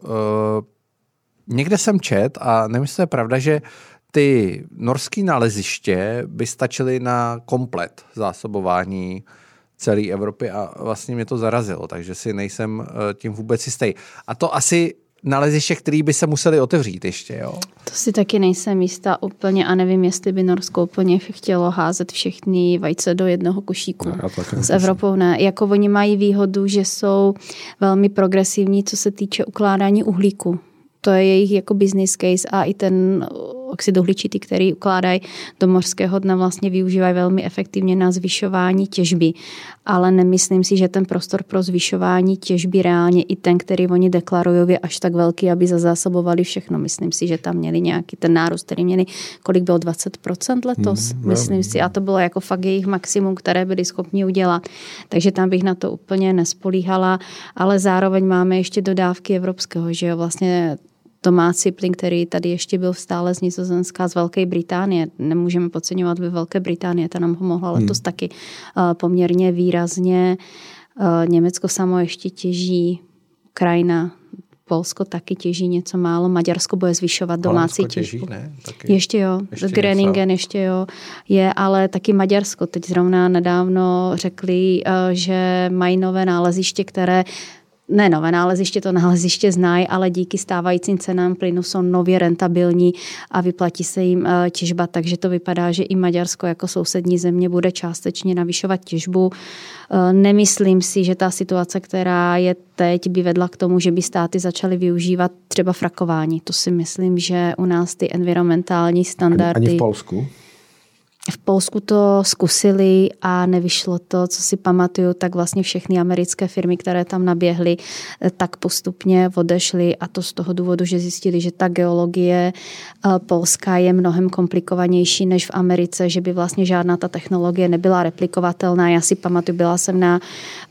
někde jsem čet a nevím, jestli to je pravda, že ty norský naleziště by stačily na komplet zásobování celé Evropy a vlastně mě to zarazilo, takže si nejsem tím vůbec jistý. A to asi naleziště, který by se museli otevřít ještě, jo? To si taky nejsem jistá úplně a nevím, jestli by Norsko úplně chtělo házet všechny vajce do jednoho košíku. S Evropou ne. Jako oni mají výhodu, že jsou velmi progresivní, co se týče ukládání uhlíku. To je jejich jako business case a i ten oxid uhličitý, který ukládají do mořského dna, vlastně využívají velmi efektivně na zvyšování těžby. Ale nemyslím si, že ten prostor pro zvyšování těžby reálně i ten, který oni deklarují, je až tak velký, aby zazásobovali všechno. Myslím si, že tam měli nějaký ten nárůst, který měli, kolik bylo 20% letos, myslím si. A to bylo jako fakt jejich maximum, které byli schopni udělat. Takže tam bych na to úplně nespolíhala, ale zároveň máme ještě dodávky evropského, že jo, vlastně domácí plyn, který tady ještě byl stále z Nizozemska, z Velké Británie. Nemůžeme podceňovat ve Velké Británie, ta nám pomohla letos taky poměrně výrazně. Německo samo ještě těží, Ukrajina, Polsko taky těží něco málo, Maďarsko bude zvyšovat domácí těžbu. Ještě jo, Groningen ještě jo, je, ale taky Maďarsko. Teď zrovna nedávno řekli, že mají nové náleziště, které nové náleziště, to náleziště znají, ale díky stávajícím cenám plynu jsou nově rentabilní a vyplatí se jim těžba, takže to vypadá, že i Maďarsko jako sousední země bude částečně navyšovat těžbu. Nemyslím si, že ta situace, která je teď, by vedla k tomu, že by státy začaly využívat třeba frakování. To si myslím, že u nás ty environmentální standardy... Ani v Polsku? V Polsku to zkusili a nevyšlo to, co si pamatuju, tak vlastně všechny americké firmy, které tam naběhly, tak postupně odešly a to z toho důvodu, že zjistili, že ta geologie polská je mnohem komplikovanější než v Americe, že by vlastně žádná ta technologie nebyla replikovatelná. Já si pamatuju, byla jsem na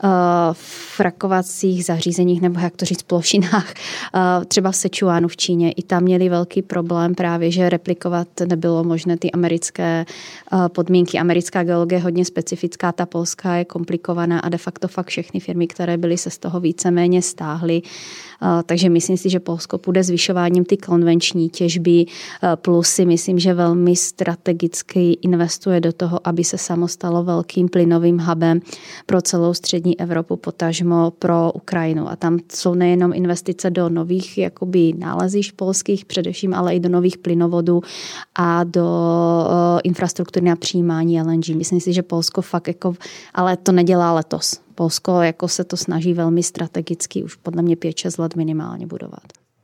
frakovacích zařízeních, nebo jak to říct, plošinách, třeba v Sichuanu v Číně. I tam měli velký problém právě, že replikovat nebylo možné ty americké podmínky. Americká geologie je hodně specifická, ta polská je komplikovaná a de facto fakt všechny firmy, které byly, se z toho víceméně stáhly. Takže myslím si, že Polsko půjde zvyšováním ty konvenční těžby, plus si myslím, že velmi strategicky investuje do toho, aby se samo stalo velkým plynovým hubem pro celou střední Evropu, potažmo pro Ukrajinu. A tam jsou nejenom investice do nových jakoby nálezíš polských především, ale i do nových plynovodů a do infrastruktury na přijímání LNG. Myslím si, že Polsko fakt jako, ale to nedělá letos. Polsko jako se to snaží velmi strategicky už podle mě 5-6 let minimálně budovat.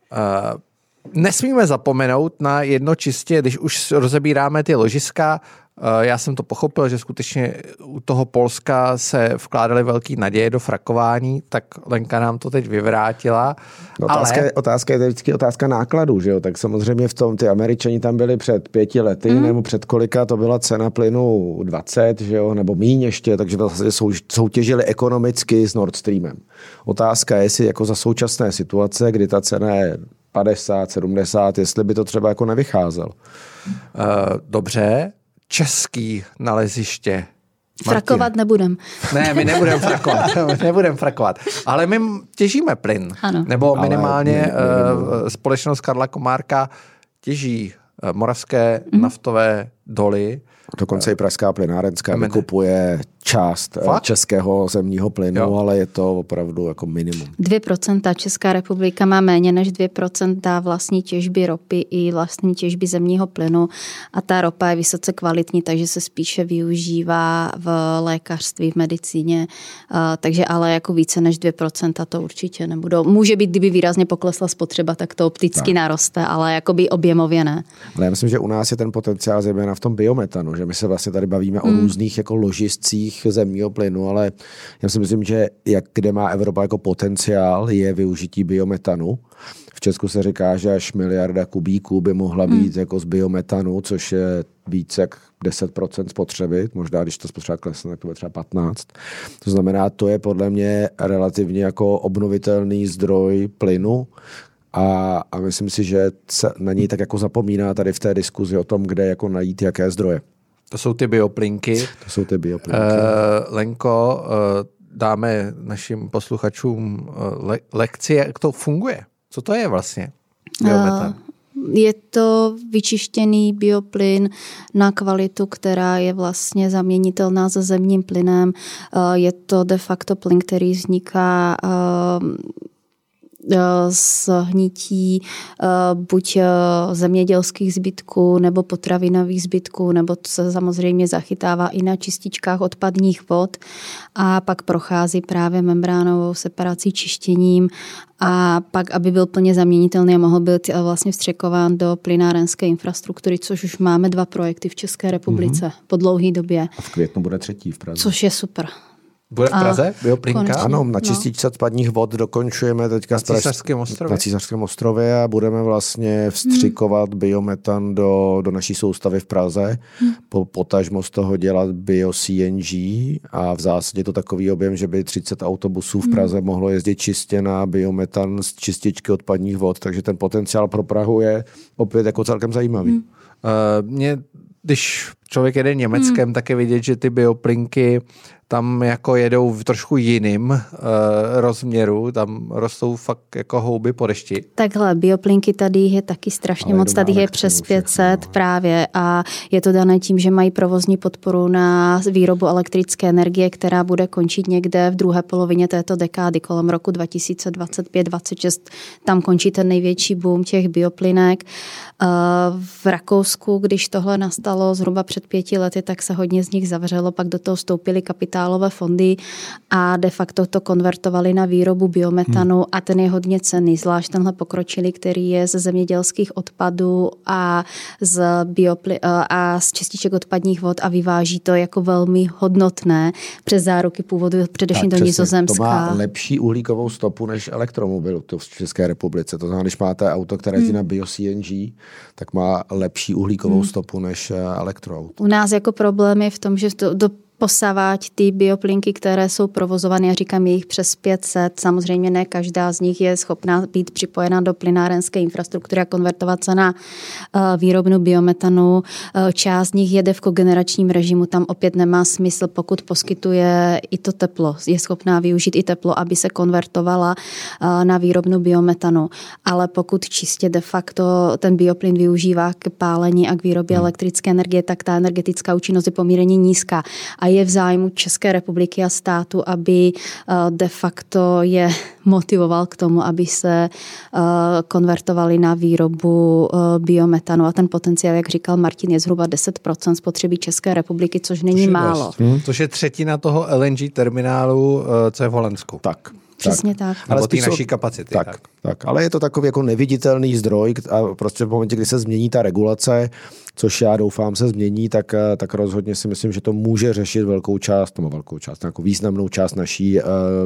Nesmíme zapomenout na jedno čistě, když už rozebíráme ty ložiska. Já jsem to pochopil, že skutečně u toho Polska se vkládaly velký naděje do frakování, tak Lenka nám to teď vyvrátila. Otázka je vždycky otázka nákladů, že jo? Tak samozřejmě v tom, ty Američani tam byli před 5 lety, nebo před kolika to byla cena plynu 20, že jo? Nebo míň ještě, takže vlastně soutěžili ekonomicky s Nord Streamem. Otázka je, jestli jako za současné situace, kdy ta cena je 50, 70, jestli by to třeba jako nevycházel. Dobře. Český naleziště. Frakovat nebudem. Ne, my nebudeme frakovat. Ale my těžíme plyn. Ano. Nebo minimálně společnost Karla Komárka těží moravské naftové doly. Dokonce i pražská plynárenská vykupuje část českého zemního plynu, jo. Ale je to opravdu jako minimum. 2%. Česká republika má méně než 2% vlastní těžby ropy i vlastní těžby zemního plynu a ta ropa je vysoce kvalitní, takže se spíše využívá v lékařství, v medicíně, takže ale jako více než 2% to určitě nebudou. Může být, kdyby výrazně poklesla spotřeba, tak to opticky naroste, ale jakoby objemově ne. Ale já myslím, že u nás je ten potenciál zejména v tom biometanu, že my se vlastně tady bavíme o různých jako ložiscích zemního plynu, ale já si myslím, že kde má Evropa jako potenciál, je využití biometanu. V Česku se říká, že až 1 miliarda kubíků by mohla být jako z biometanu, což je více jak 10% spotřeby. Možná, když to spotřeba klesne, tak to bude třeba 15. To znamená, to je podle mě relativně jako obnovitelný zdroj plynu. A myslím si, že se na něj tak jako zapomíná tady v té diskuzi o tom, kde jako najít jaké zdroje. To jsou ty bioplynky. Lenko, dáme našim posluchačům lekci, jak to funguje. Co to je vlastně biometan? Je to vyčištěný bioplyn na kvalitu, která je vlastně zaměnitelná se zemním plynem. Je to de facto plyn, který vzniká z hnití buď zemědělských zbytků nebo potravinových zbytků, nebo se samozřejmě zachytává i na čističkách odpadních vod a pak prochází právě membránovou separací, čištěním a pak, aby byl plně zaměnitelný a mohl být vlastně vstřekován do plynárenské infrastruktury, což už máme 2 projekty v České republice po dlouhé době. A v květnu bude 3. v Praze. Což je super. Bude v Praze bioplynka? Ano, na čističce odpadních vod dokončujeme teďka na Císařském ostrově a budeme vlastně vstřikovat biometan do naší soustavy v Praze. Potažmo z toho dělat bio-CNG a v zásadě to takový objem, že by 30 autobusů v Praze mohlo jezdit čistě na biometan z čističky odpadních vod, takže ten potenciál pro Prahu je opět jako celkem zajímavý. Když člověk jede Německem, tak je vidět, že ty bioplynky tam jako jedou v trošku jiným rozměru, tam rostou fakt jako houby po dešti. Takhle, bioplynky tady je taky strašně moc, tady je přes 500 právě a je to dané tím, že mají provozní podporu na výrobu elektrické energie, která bude končit někde v druhé polovině této dekády, kolem roku 2025-26. Tam končí ten největší boom těch bioplynek. V Rakousku, když tohle nastalo zhruba před 5 lety, tak se hodně z nich zavřelo, pak do toho vstoupily kapitálové fondy a de facto to konvertovali na výrobu biometanu a ten je hodně cenný, zvlášť tenhle pokročilý, který je ze zemědělských odpadů a z čističek odpadních vod a vyváží to jako velmi hodnotné přes záruky původu, především do Nizozemska. To má lepší uhlíkovou stopu než elektromobil to v České republice. To znamená, když máte auto, které jezdí na bio-CNG, tak má lepší uhlíkovou stopu než elektroauto. U nás jako problém je v tom, že do posávat ty bioplynky, které jsou provozovány, já říkám, je jich přes 500. Samozřejmě ne každá z nich je schopná být připojena do plynárenské infrastruktury a konvertovat se na výrobnu biometanu. Část z nich jede v kogeneračním režimu, tam opět nemá smysl, pokud poskytuje i to teplo. Je schopná využít i teplo, aby se konvertovala na výrobnu biometanu. Ale pokud čistě de facto ten bioplyn využívá k pálení a k výrobě elektrické energie, tak ta energetická účinnost je poměrně nízká. A je v zájmu České republiky a státu, aby de facto je motivoval k tomu, aby se konvertovali na výrobu biometanu. A ten potenciál, jak říkal Martin, je zhruba 10% spotřeby České republiky, což není málo. Což je třetina toho LNG terminálu, co je v Holandsku. Tak. Přesně tak. Ale z té naší kapacity. Tak. Ale je to takový jako neviditelný zdroj a prostě v momentě, kdy se změní ta regulace, což já doufám se změní, tak rozhodně si myslím, že to může řešit velkou část, jako významnou část naší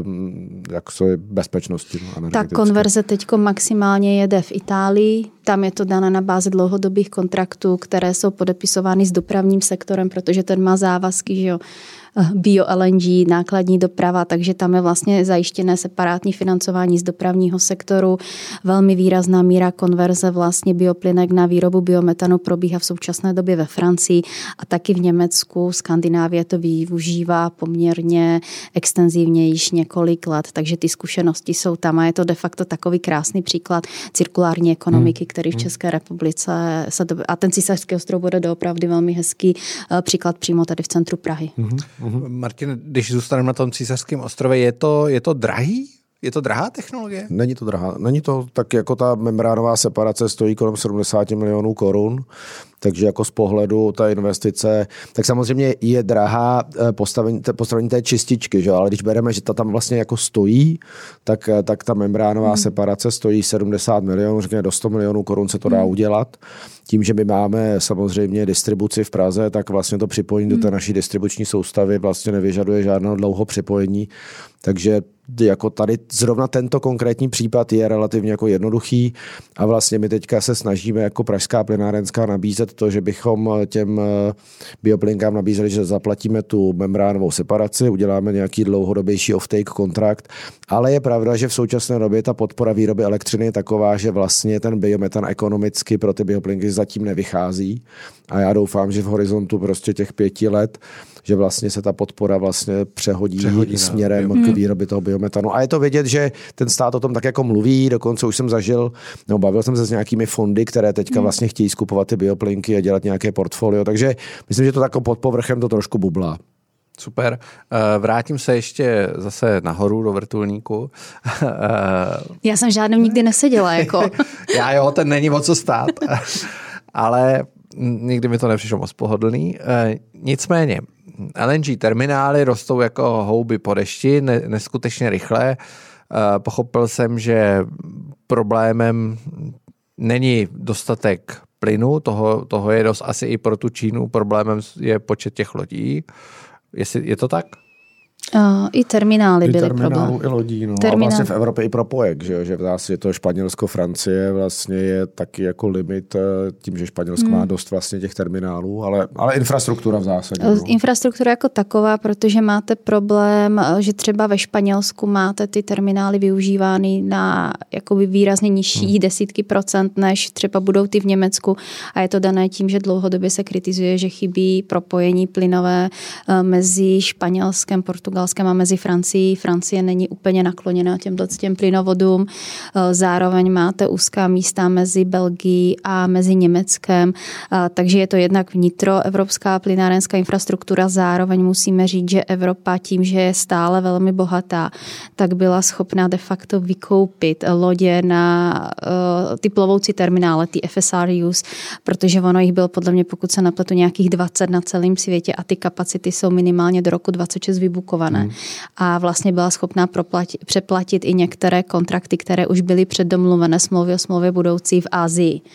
bezpečnosti. Ta konverze teďko maximálně jede v Itálii, tam je to dané na bázi dlouhodobých kontraktů, které jsou podepisovány s dopravním sektorem, protože ten má závazky, že jo, bio-LNG, nákladní doprava, takže tam je vlastně zajištěné separátní financování z dopravního sektoru. Velmi výrazná míra konverze vlastně bioplynek na výrobu biometanu probíhá v současné době ve Francii a taky v Německu. Skandinávie to využívá poměrně extenzivně již několik let, takže ty zkušenosti jsou tam a je to de facto takový krásný příklad cirkulární ekonomiky, který v České republice a ten Císařský ostrov bude doopravdy velmi hezký příklad přímo tady v centru Prahy. Martin, když zůstaneme na tom Císařském ostrově, je to drahý? Je to drahá technologie? Není to drahá. Není to tak, jako ta membránová separace stojí kolem 70 milionů korun, takže jako z pohledu ta investice, tak samozřejmě je drahá postavení té čističky, že? Ale když bereme, že ta tam vlastně jako stojí, tak ta membránová separace stojí 70 milionů, řekněme do 100 milionů korun se to dá udělat. Tím, že my máme samozřejmě distribuci v Praze, tak vlastně to připojení do té naší distribuční soustavy vlastně nevyžaduje žádného dlouho připojení, takže jako tady zrovna tento konkrétní případ je relativně jako jednoduchý a vlastně my teďka se snažíme jako Pražská plynárenská nabízet to, že bychom těm bioplynkám nabízeli, že zaplatíme tu membránovou separaci, uděláme nějaký dlouhodobější off-take kontrakt, ale je pravda, že v současné době ta podpora výroby elektřiny je taková, že vlastně ten biometan ekonomicky pro ty bioplynky zatím nevychází a já doufám, že v horizontu prostě těch 5 let, že vlastně se ta podpora vlastně přehodí směrem k výrobě toho biometanu. A je to vidět, že ten stát o tom tak jako mluví, dokonce už jsem bavil jsem se s nějakými fondy, které teďka vlastně chtějí skupovat ty bioplynky a dělat nějaké portfolio, takže myslím, že to tak pod povrchem to trošku bublá. Super. Vrátím se ještě zase nahoru do vrtulníku. Já jsem žádným nikdy neseděla. Jako. Ten není o co stát. Ale nikdy mi to nepřišlo moc pohodlný. Nicméně, LNG terminály rostou jako houby po dešti, neskutečně rychle. Pochopil jsem, že problémem není dostatek plynu, toho je dost asi i pro tu Čínu, problémem je počet těch lodí. Je to tak? I terminály byly problém. I lodí, no. A vlastně v Evropě i propojek, že vlastně to Španělsko, Francie vlastně je taky jako limit tím, že Španělsko má dost vlastně těch terminálů, ale infrastruktura v zásadě. No. Infrastruktura jako taková, protože máte problém, že třeba ve Španělsku máte ty terminály využívány na jakoby výrazně nižší desítky procent, než třeba budou ty v Německu a je to dané tím, že dlouhodobě se kritizuje, že chybí propojení plynové mezi Španělskem, Portugalskem a mezi Francií. Francie není úplně nakloněná těm plynovodům. Zároveň máte úzká místa mezi Belgií a mezi Německem. Takže je to jednak vnitroevropská plynárenská infrastruktura. Zároveň musíme říct, že Evropa tím, že je stále velmi bohatá, tak byla schopná de facto vykoupit lodě na ty plovoucí terminály, ty FSRUs, protože ono jich bylo podle mě, pokud se napletu, nějakých 20 na celém světě a ty kapacity jsou minimálně do roku 26 vybukované. A vlastně byla schopná přeplatit i některé kontrakty, které už byly předdomluvené, smlouvy o smlouvě budoucí v Asii.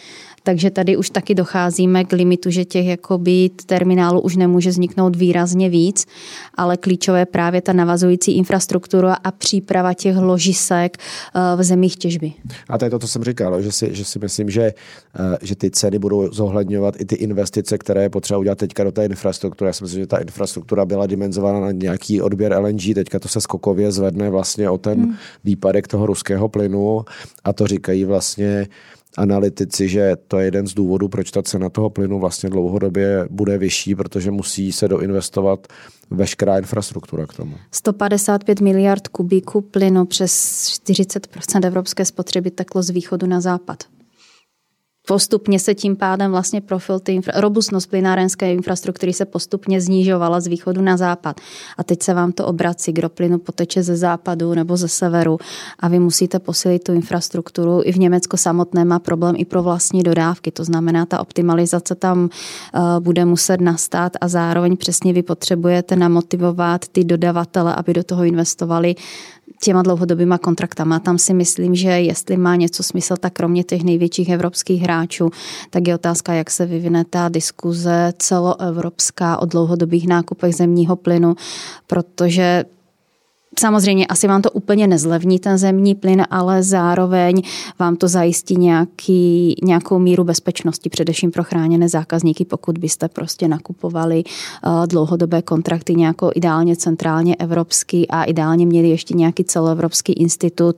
Takže tady už taky docházíme k limitu, že těch jakoby terminálů už nemůže vzniknout výrazně víc, ale klíčové je právě ta navazující infrastruktura a příprava těch ložisek v zemích těžby. A to je to, co jsem říkal, že si myslím, že ty ceny budou zohledňovat i ty investice, které je potřeba udělat teďka do té infrastruktury. Já si myslím, že ta infrastruktura byla dimenzována na nějaký odběr LNG, teďka to se skokově zvedne vlastně o ten výpadek toho ruského plynu a to říkají vlastně analytici, že to je jeden z důvodů, proč ta cena toho plynu vlastně dlouhodobě bude vyšší, protože musí se doinvestovat veškerá infrastruktura k tomu. 155 miliard kubíků plynu, přes 40% evropské spotřeby teklo z východu na západ. Postupně se tím pádem vlastně profil robustnost plynárenské infrastruktury se postupně snižovala z východu na západ. A teď se vám to obrací, kdo plynu poteče ze západu nebo ze severu a vy musíte posílit tu infrastrukturu. I v Německu samotné má problém i pro vlastní dodávky. To znamená, ta optimalizace tam bude muset nastat a zároveň přesně vy potřebujete namotivovat ty dodavatele, aby do toho investovali těma dlouhodobýma kontraktama. Tam si myslím, že jestli má něco smysl, tak kromě těch největších evropských hráčů, tak je otázka, jak se vyvine ta diskuze celoevropská o dlouhodobých nákupech zemního plynu, protože samozřejmě asi vám to úplně nezlevní ten zemní plyn, ale zároveň vám to zajistí nějakou míru bezpečnosti, především pro chráněné zákazníky, pokud byste prostě nakupovali dlouhodobé kontrakty nějakou ideálně centrálně evropský a ideálně měli ještě nějaký celoevropský institut,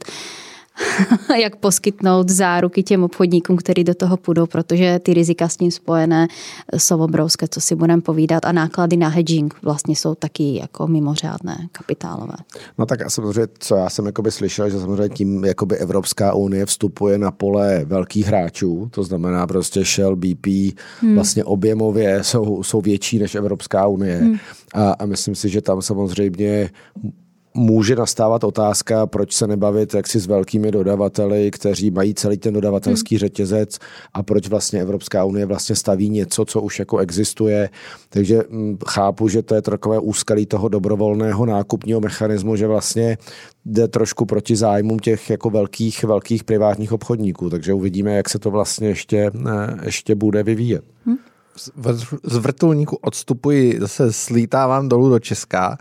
jak poskytnout záruky těm obchodníkům, kteří do toho půjdou, protože ty rizika s tím spojené jsou obrovské, co si budeme povídat a náklady na hedging vlastně jsou taky jako mimořádné, kapitálové. No tak samozřejmě, co já jsem slyšel, že samozřejmě tím Evropská unie vstupuje na pole velkých hráčů, to znamená prostě Shell, BP, vlastně objemově jsou větší než Evropská unie a myslím si, že tam samozřejmě může nastávat otázka, proč se nebavit jaksi s velkými dodavateli, kteří mají celý ten dodavatelský řetězec a proč vlastně Evropská unie vlastně staví něco, co už jako existuje. Takže chápu, že to je takové úskalí toho dobrovolného nákupního mechanismu, že vlastně jde trošku proti zájmům těch jako velkých privátních obchodníků. Takže uvidíme, jak se to vlastně ještě bude vyvíjet. Z vrtulníku odstupuji, zase slítávám dolů do Česka.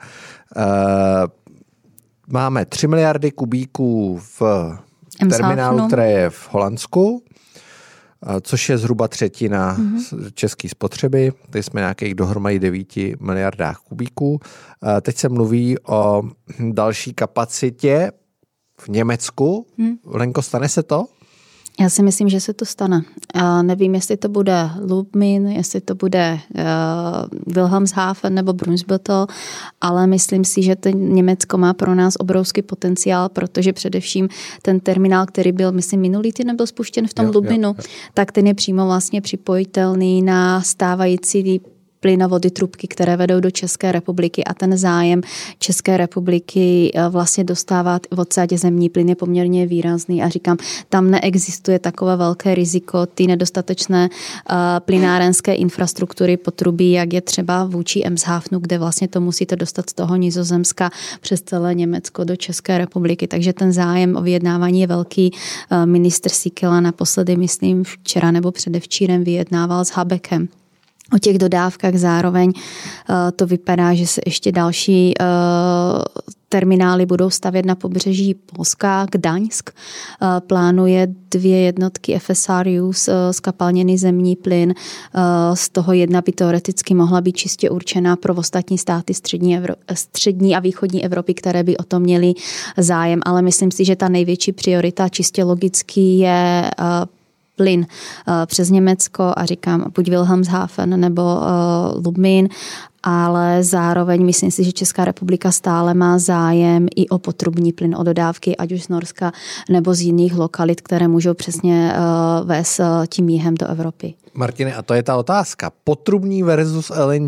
Máme 3 miliardy kubíků v terminálu, které je v Holandsku, což je zhruba třetina české spotřeby. Teď jsme nějakých dohromady 9 miliardách kubíků. Teď se mluví o další kapacitě v Německu. Lenko, stane se to? Já si myslím, že se to stane. Nevím, jestli to bude Lubmin, jestli to bude Wilhelmshaven nebo Brunsbüttel, ale myslím si, že to Německo má pro nás obrovský potenciál, protože především ten terminál, který byl, myslím, minulý týden nebyl spuštěn v tom Lubminu, tak ten je přímo vlastně připojitelný na stávající plynovody, trubky, které vedou do České republiky a ten zájem České republiky vlastně dostávat v odsadě zemní plyn je poměrně výrazný a říkám, tam neexistuje takové velké riziko ty nedostatečné plynárenské infrastruktury potrubí, jak je třeba vůči Emshafenu, kde vlastně to musíte dostat z toho Nizozemska přes celé Německo do České republiky, takže ten zájem o vyjednávání je velký. Ministr Síkela naposledy, myslím, včera nebo předevčírem vyjednával s Habeckem o těch dodávkách. Zároveň to vypadá, že se ještě další terminály budou stavět na pobřeží Polska. Gdaňsk plánuje 2 jednotky FSRU skapalněný zemní plyn. Z toho jedna by teoreticky mohla být čistě určená pro ostatní státy střední a východní Evropy, které by o to měly zájem. Ale myslím si, že ta největší priorita čistě logicky je plyn přes Německo a říkám buď Wilhelmshaven nebo Lubmin, ale zároveň myslím si, že Česká republika stále má zájem i o potrubní plyn, o dodávky, ať už z Norska nebo z jiných lokalit, které můžou přesně vést tím jihem do Evropy. Martine, a to je ta otázka. Potrubní versus LNG.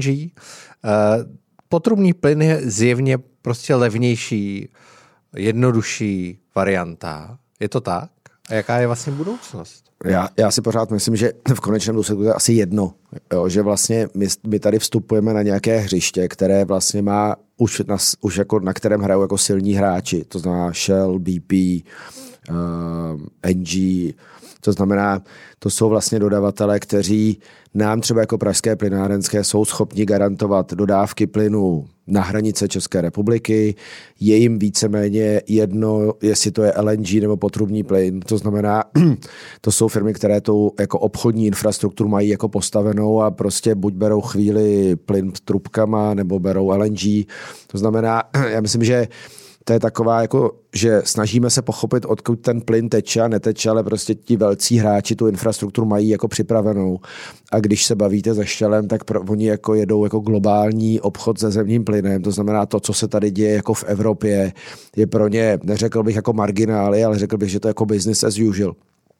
Potrubní plyn je zjevně prostě levnější, jednodušší varianta. Je to tak? A jaká je vlastně budoucnost? Já si pořád myslím, že v konečném důsledku to je asi jedno, jo, že vlastně my tady vstupujeme na nějaké hřiště, které vlastně má už jako na kterém hrajou jako silní hráči, to znamená Shell, BP, Engie. To znamená, to jsou vlastně dodavatelé, kteří nám třeba jako pražské plynárenské jsou schopni garantovat dodávky plynu na hranice České republiky. Je jim víceméně jedno, jestli to je LNG nebo potrubní plyn. To znamená, to jsou firmy, které tu jako obchodní infrastrukturu mají jako postavenou a prostě buď berou chvíli plyn trubkama nebo berou LNG. To znamená, já myslím, že to je taková, jako, že snažíme se pochopit, odkud ten plyn teče a neteče, ale prostě ti velcí hráči tu infrastrukturu mají jako připravenou. A když se bavíte se Shellem, tak oni jako jedou jako globální obchod se zemním plynem. To znamená, to, co se tady děje jako v Evropě, je pro ně, neřekl bych jako marginály, ale řekl bych, že to je jako business as usual.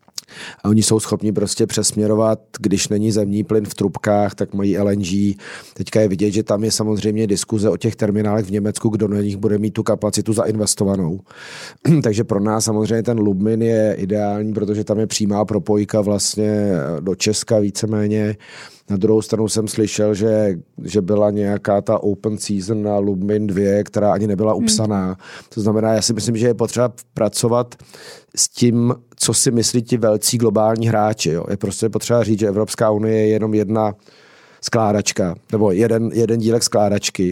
A oni jsou schopni prostě přesměrovat, když není zemní plyn v trubkách, tak mají LNG. Teďka je vidět, že tam je samozřejmě diskuze o těch terminálech v Německu, kdo na nich bude mít tu kapacitu zainvestovanou. Takže pro nás samozřejmě ten Lubmin je ideální, protože tam je přímá propojka vlastně do Česka víceméně. Na druhou stranu jsem slyšel, že byla nějaká ta open season na Lubmin 2, která ani nebyla upsaná. To znamená, já si myslím, že je potřeba pracovat s tím, co si myslí ti velcí globální hráči. Jo. Je prostě potřeba říct, že Evropská unie je jenom jedna skládačka, nebo jeden dílek skládačky.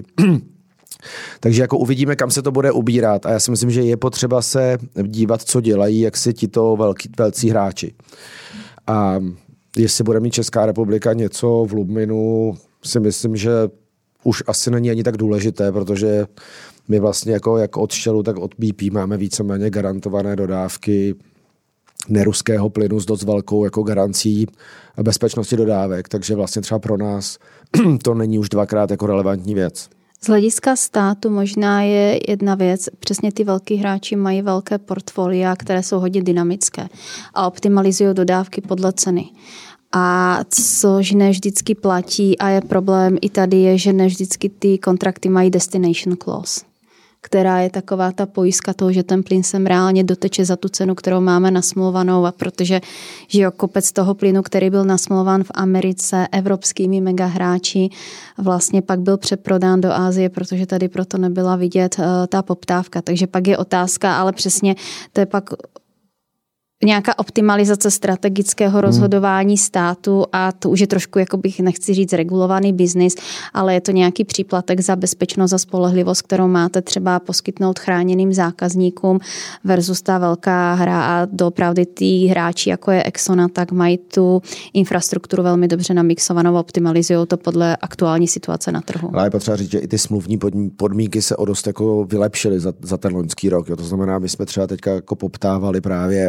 Takže jako uvidíme, kam se to bude ubírat. A já si myslím, že je potřeba se dívat, co dělají, jak si tito velcí hráči. A jestli bude mít Česká republika něco v Lubminu, si myslím, že už asi není ani tak důležité, protože my vlastně jako jak od Shellu, tak od BP máme víceméně garantované dodávky neruského plynu s dost velkou jako garancí bezpečnosti dodávek, takže vlastně třeba pro nás to není už dvakrát jako relevantní věc. Z hlediska státu možná je jedna věc, přesně ty velký hráči mají velké portfolia, které jsou hodně dynamické a optimalizují dodávky podle ceny. A což ne vždycky platí a je problém i tady je, že ne vždycky ty kontrakty mají destination clause, která je taková ta pojistka toho, že ten plyn sem reálně doteče za tu cenu, kterou máme nasmluvanou, a protože že jo, kopec toho plynu, který byl nasmluvan v Americe evropskými megahráči, vlastně pak byl přeprodán do Asie, protože tady proto nebyla vidět ta poptávka. Takže pak je otázka, ale přesně to je pak nějaká optimalizace strategického rozhodování státu a to už je trošku, jako bych nechci říct regulovaný biznis, ale je to nějaký příplatek za bezpečnost a spolehlivost, kterou máte třeba poskytnout chráněným zákazníkům versus ta velká hra a doopravdy ty hráči, jako je Exxon, tak mají tu infrastrukturu velmi dobře namixovanou, optimalizují to podle aktuální situace na trhu. Ale je potřeba říct, že i ty smluvní podmínky se o dost jako vylepšily za ten loňský rok. Jo. To znamená, my jsme třeba teďka jako poptávali právě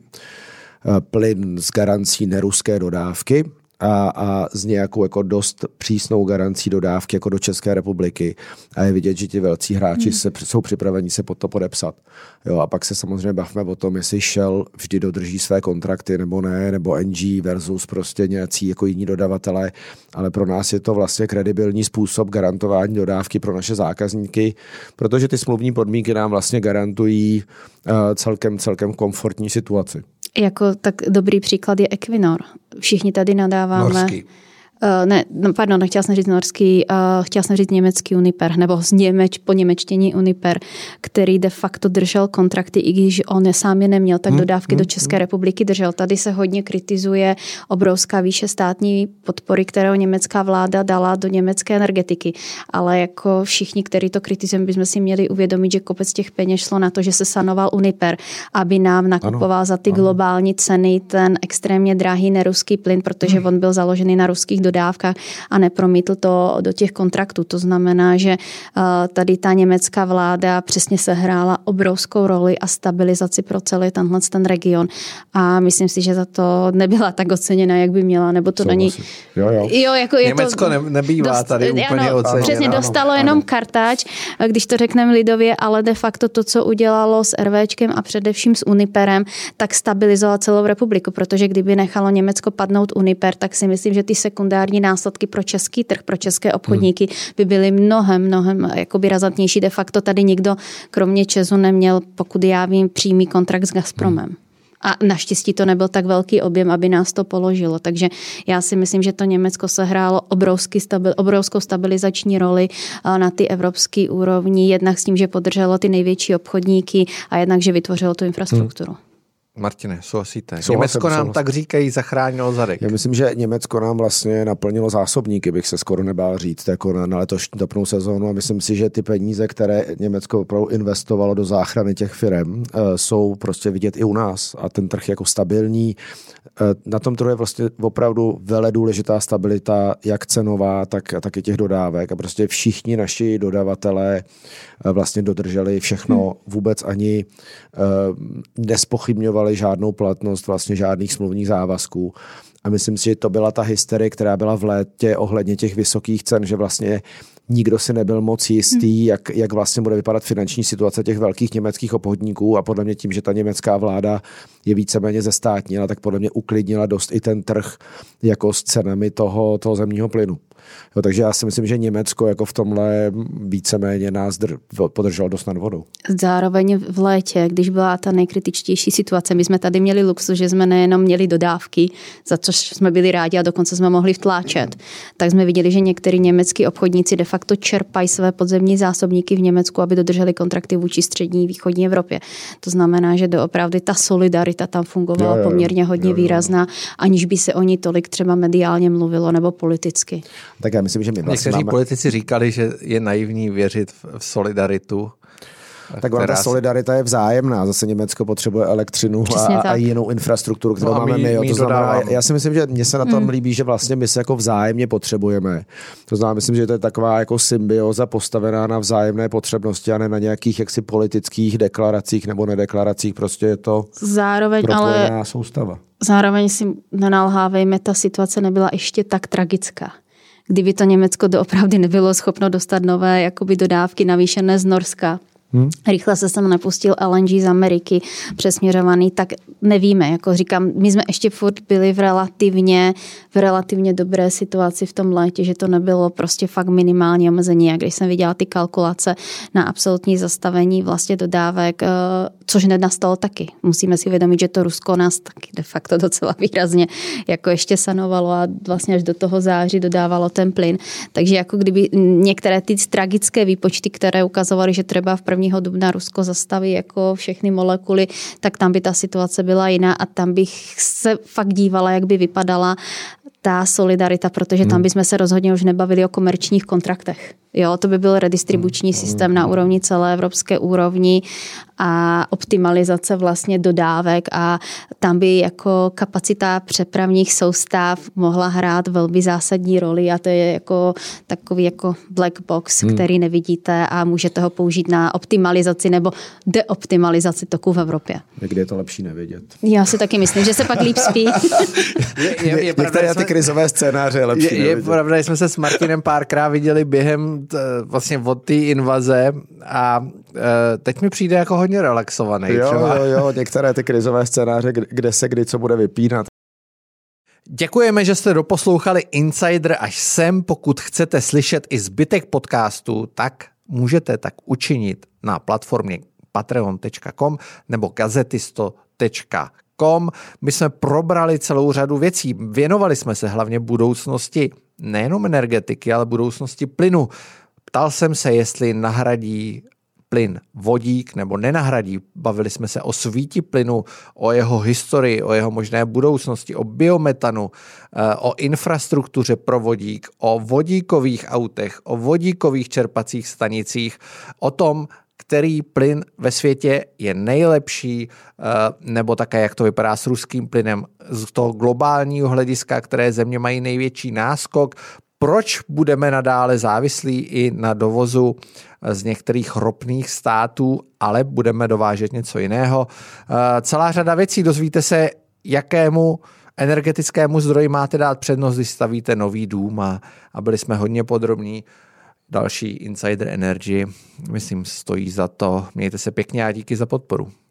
plyn s garancí neruské dodávky a s nějakou jako dost přísnou garancí dodávky jako do České republiky. A je vidět, že ti velcí hráči jsou připraveni se pod to podepsat. Jo, a pak se samozřejmě bavíme o tom, jestli Shell vždy dodrží své kontrakty nebo ne, nebo NG versus prostě nějací jako jiní dodavatelé. Ale pro nás je to vlastně kredibilní způsob garantování dodávky pro naše zákazníky, protože ty smluvní podmínky nám vlastně garantují celkem komfortní situaci. Jako tak dobrý příklad je Equinor. Všichni tady nadáváme. Norský. Nechtěla jsem říct norský, chtěla jsem říct německý Uniper, nebo po němečtění Uniper, který de facto držel kontrakty, i když on sám je neměl, tak dodávky do České republiky držel. Tady se hodně kritizuje obrovská výše státní podpory, kterou německá vláda dala do německé energetiky. Ale jako všichni, kteří to kritizujeme, bychom si měli uvědomit, že kopec těch peněz šlo na to, že se sanoval Uniper, aby nám nakupoval za ty globální ceny ten extrémně drahý neruský plyn, protože on byl založený na ruských dodávkách a nepromítl to do těch kontraktů. To znamená, že tady ta německá vláda přesně sehrála obrovskou roli a stabilizaci pro celý ten region. A myslím si, že za to nebyla tak oceněna, jak by měla, nebo to na ní... Jo, Německo nebývá tady úplně oceněna. Přesně, dostalo jenom kartáč, když to řekneme lidově, ale de facto to, co udělalo s RVčkem a především s Uniperem, tak stabilizovalo celou republiku, protože kdyby nechalo Německo padnout Uniper, tak si myslím, že ty sekundární následky pro český trh, pro české obchodníky by byly mnohem jakoby razantnější. De facto tady nikdo kromě ČEZu neměl, pokud já vím, přímý kontrakt s Gazpromem. A naštěstí to nebyl tak velký objem, aby nás to položilo. Takže já si myslím, že to Německo sehrálo obrovskou stabilizační roli na ty evropské úrovni, jednak s tím, že podrželo ty největší obchodníky a jednak, že vytvořilo tu infrastrukturu. Martine, souhlasíte? Německo nám tak říkají zachránilo zadek. Já myslím, že Německo nám vlastně naplnilo zásobníky, bych se skoro nebál říct, jako na letošní topnou sezónu, a myslím si, že ty peníze, které Německo opravdu investovalo do záchrany těch firem, jsou prostě vidět i u nás a ten trh jako stabilní. Na tom trhu je vlastně opravdu vele důležitá stabilita, jak cenová, tak i těch dodávek, a prostě všichni naši dodavatelé vlastně dodrželi všechno, vůbec ani nespochybňovali žádnou platnost vlastně žádných smluvních závazků. A myslím si, že to byla ta hysterie, která byla v létě ohledně těch vysokých cen, že vlastně nikdo si nebyl moc jistý, jak vlastně bude vypadat finanční situace těch velkých německých obchodníků, a podle mě tím, že ta německá vláda je víceméně zestátnila, tak podle mě uklidnila dost i ten trh jako s cenami toho zemního plynu. Jo, takže já si myslím, že Německo jako v tomhle víceméně nás podrželo dost nad vodou. Zároveň v létě, když byla ta nejkritičtější situace, my jsme tady měli luxus, že jsme nejenom měli dodávky, za což jsme byli rádi a dokonce jsme mohli vtláčet, tak jsme viděli, že některý německý obchodníci de facto čerpají své podzemní zásobníky v Německu, aby dodrželi kontrakty vůči střední východní Evropě. To znamená, že doopravdy ta solidarita tam fungovala poměrně hodně výrazná, aniž by se o ní tolik třeba mediálně mluvilo nebo politicky. Tak já myslím, že my vlastně někteří politici říkali, že je naivní věřit v solidaritu. Tak ta solidarita je vzájemná. Zase Německo potřebuje elektřinu a jinou infrastrukturu, kterou máme my. To znamená, já si myslím, že mně se na tom líbí, že vlastně my se jako vzájemně potřebujeme. To znamená, myslím, že to je taková jako symbioza postavená na vzájemné potřebnosti a ne na nějakých jaksi politických deklaracích nebo nedeklaracích. Prostě je to propojená soustava. Zároveň si nenalhávejme, ta situace nebyla ještě tak tragická. Kdyby to Německo doopravdy nebylo schopno dostat nové jakoby dodávky navýšené z Norska, rychle se sem nepustil LNG z Ameriky přesměřovaný, tak nevíme. Jako říkám, my jsme ještě furt byli v relativně dobré situaci v tom létě, že to nebylo prostě fakt minimální omezení. A když jsem viděla ty kalkulace na absolutní zastavení vlastně dodávek, což nenastalo taky. Musíme si uvědomit, že to Rusko nás taky de facto docela výrazně jako ještě sanovalo a vlastně až do toho září dodávalo ten plyn. Takže jako kdyby některé ty tragické výpočty, které ukazovaly, že třeba v 1. dubna Rusko zastaví jako všechny molekuly, tak tam by ta situace byla jiná a tam bych se fakt dívala, jak by vypadala ta solidarita, protože tam bychom se rozhodně už nebavili o komerčních kontraktech. Jo, to by byl redistribuční systém na úrovni celé evropské úrovni a optimalizace vlastně dodávek a tam by jako kapacita přepravních soustav mohla hrát velmi zásadní roli a to je jako takový jako black box, který nevidíte a můžete ho použít na optimalizaci nebo deoptimalizaci toků v Evropě. Někdy je to lepší nevidět. Já si taky myslím, že se pak líp spí. Některé ty krizové scénáře je lepší je pravda, že jsme se s Martinem párkrát viděli během vlastně od té invaze a teď mi přijde jako hodně relaxovaný. Jo, některé ty krizové scénáře, kde se kdy co bude vypínat. Děkujeme, že jste doposlouchali Insider až sem. Pokud chcete slyšet i zbytek podcastu, tak můžete tak učinit na platformě patreon.com nebo gazetisto.com. My jsme probrali celou řadu věcí. Věnovali jsme se hlavně budoucnosti nejenom energetiky, ale budoucnosti plynu. Ptal jsem se, jestli nahradí plyn vodík nebo nenahradí. Bavili jsme se o svítiplynu, o jeho historii, o jeho možné budoucnosti, o biometanu, o infrastruktuře pro vodík, o vodíkových autech, o vodíkových čerpacích stanicích, o tom, který plyn ve světě je nejlepší, nebo také, jak to vypadá s ruským plynem z toho globálního hlediska, které země mají největší náskok, proč budeme nadále závislí i na dovozu z některých ropných států, ale budeme dovážet něco jiného. Celá řada věcí, dozvíte se, jakému energetickému zdroji máte dát přednost, když stavíte nový dům a byli jsme hodně podrobní. Další Insider Energy, myslím, stojí za to. Mějte se pěkně a díky za podporu.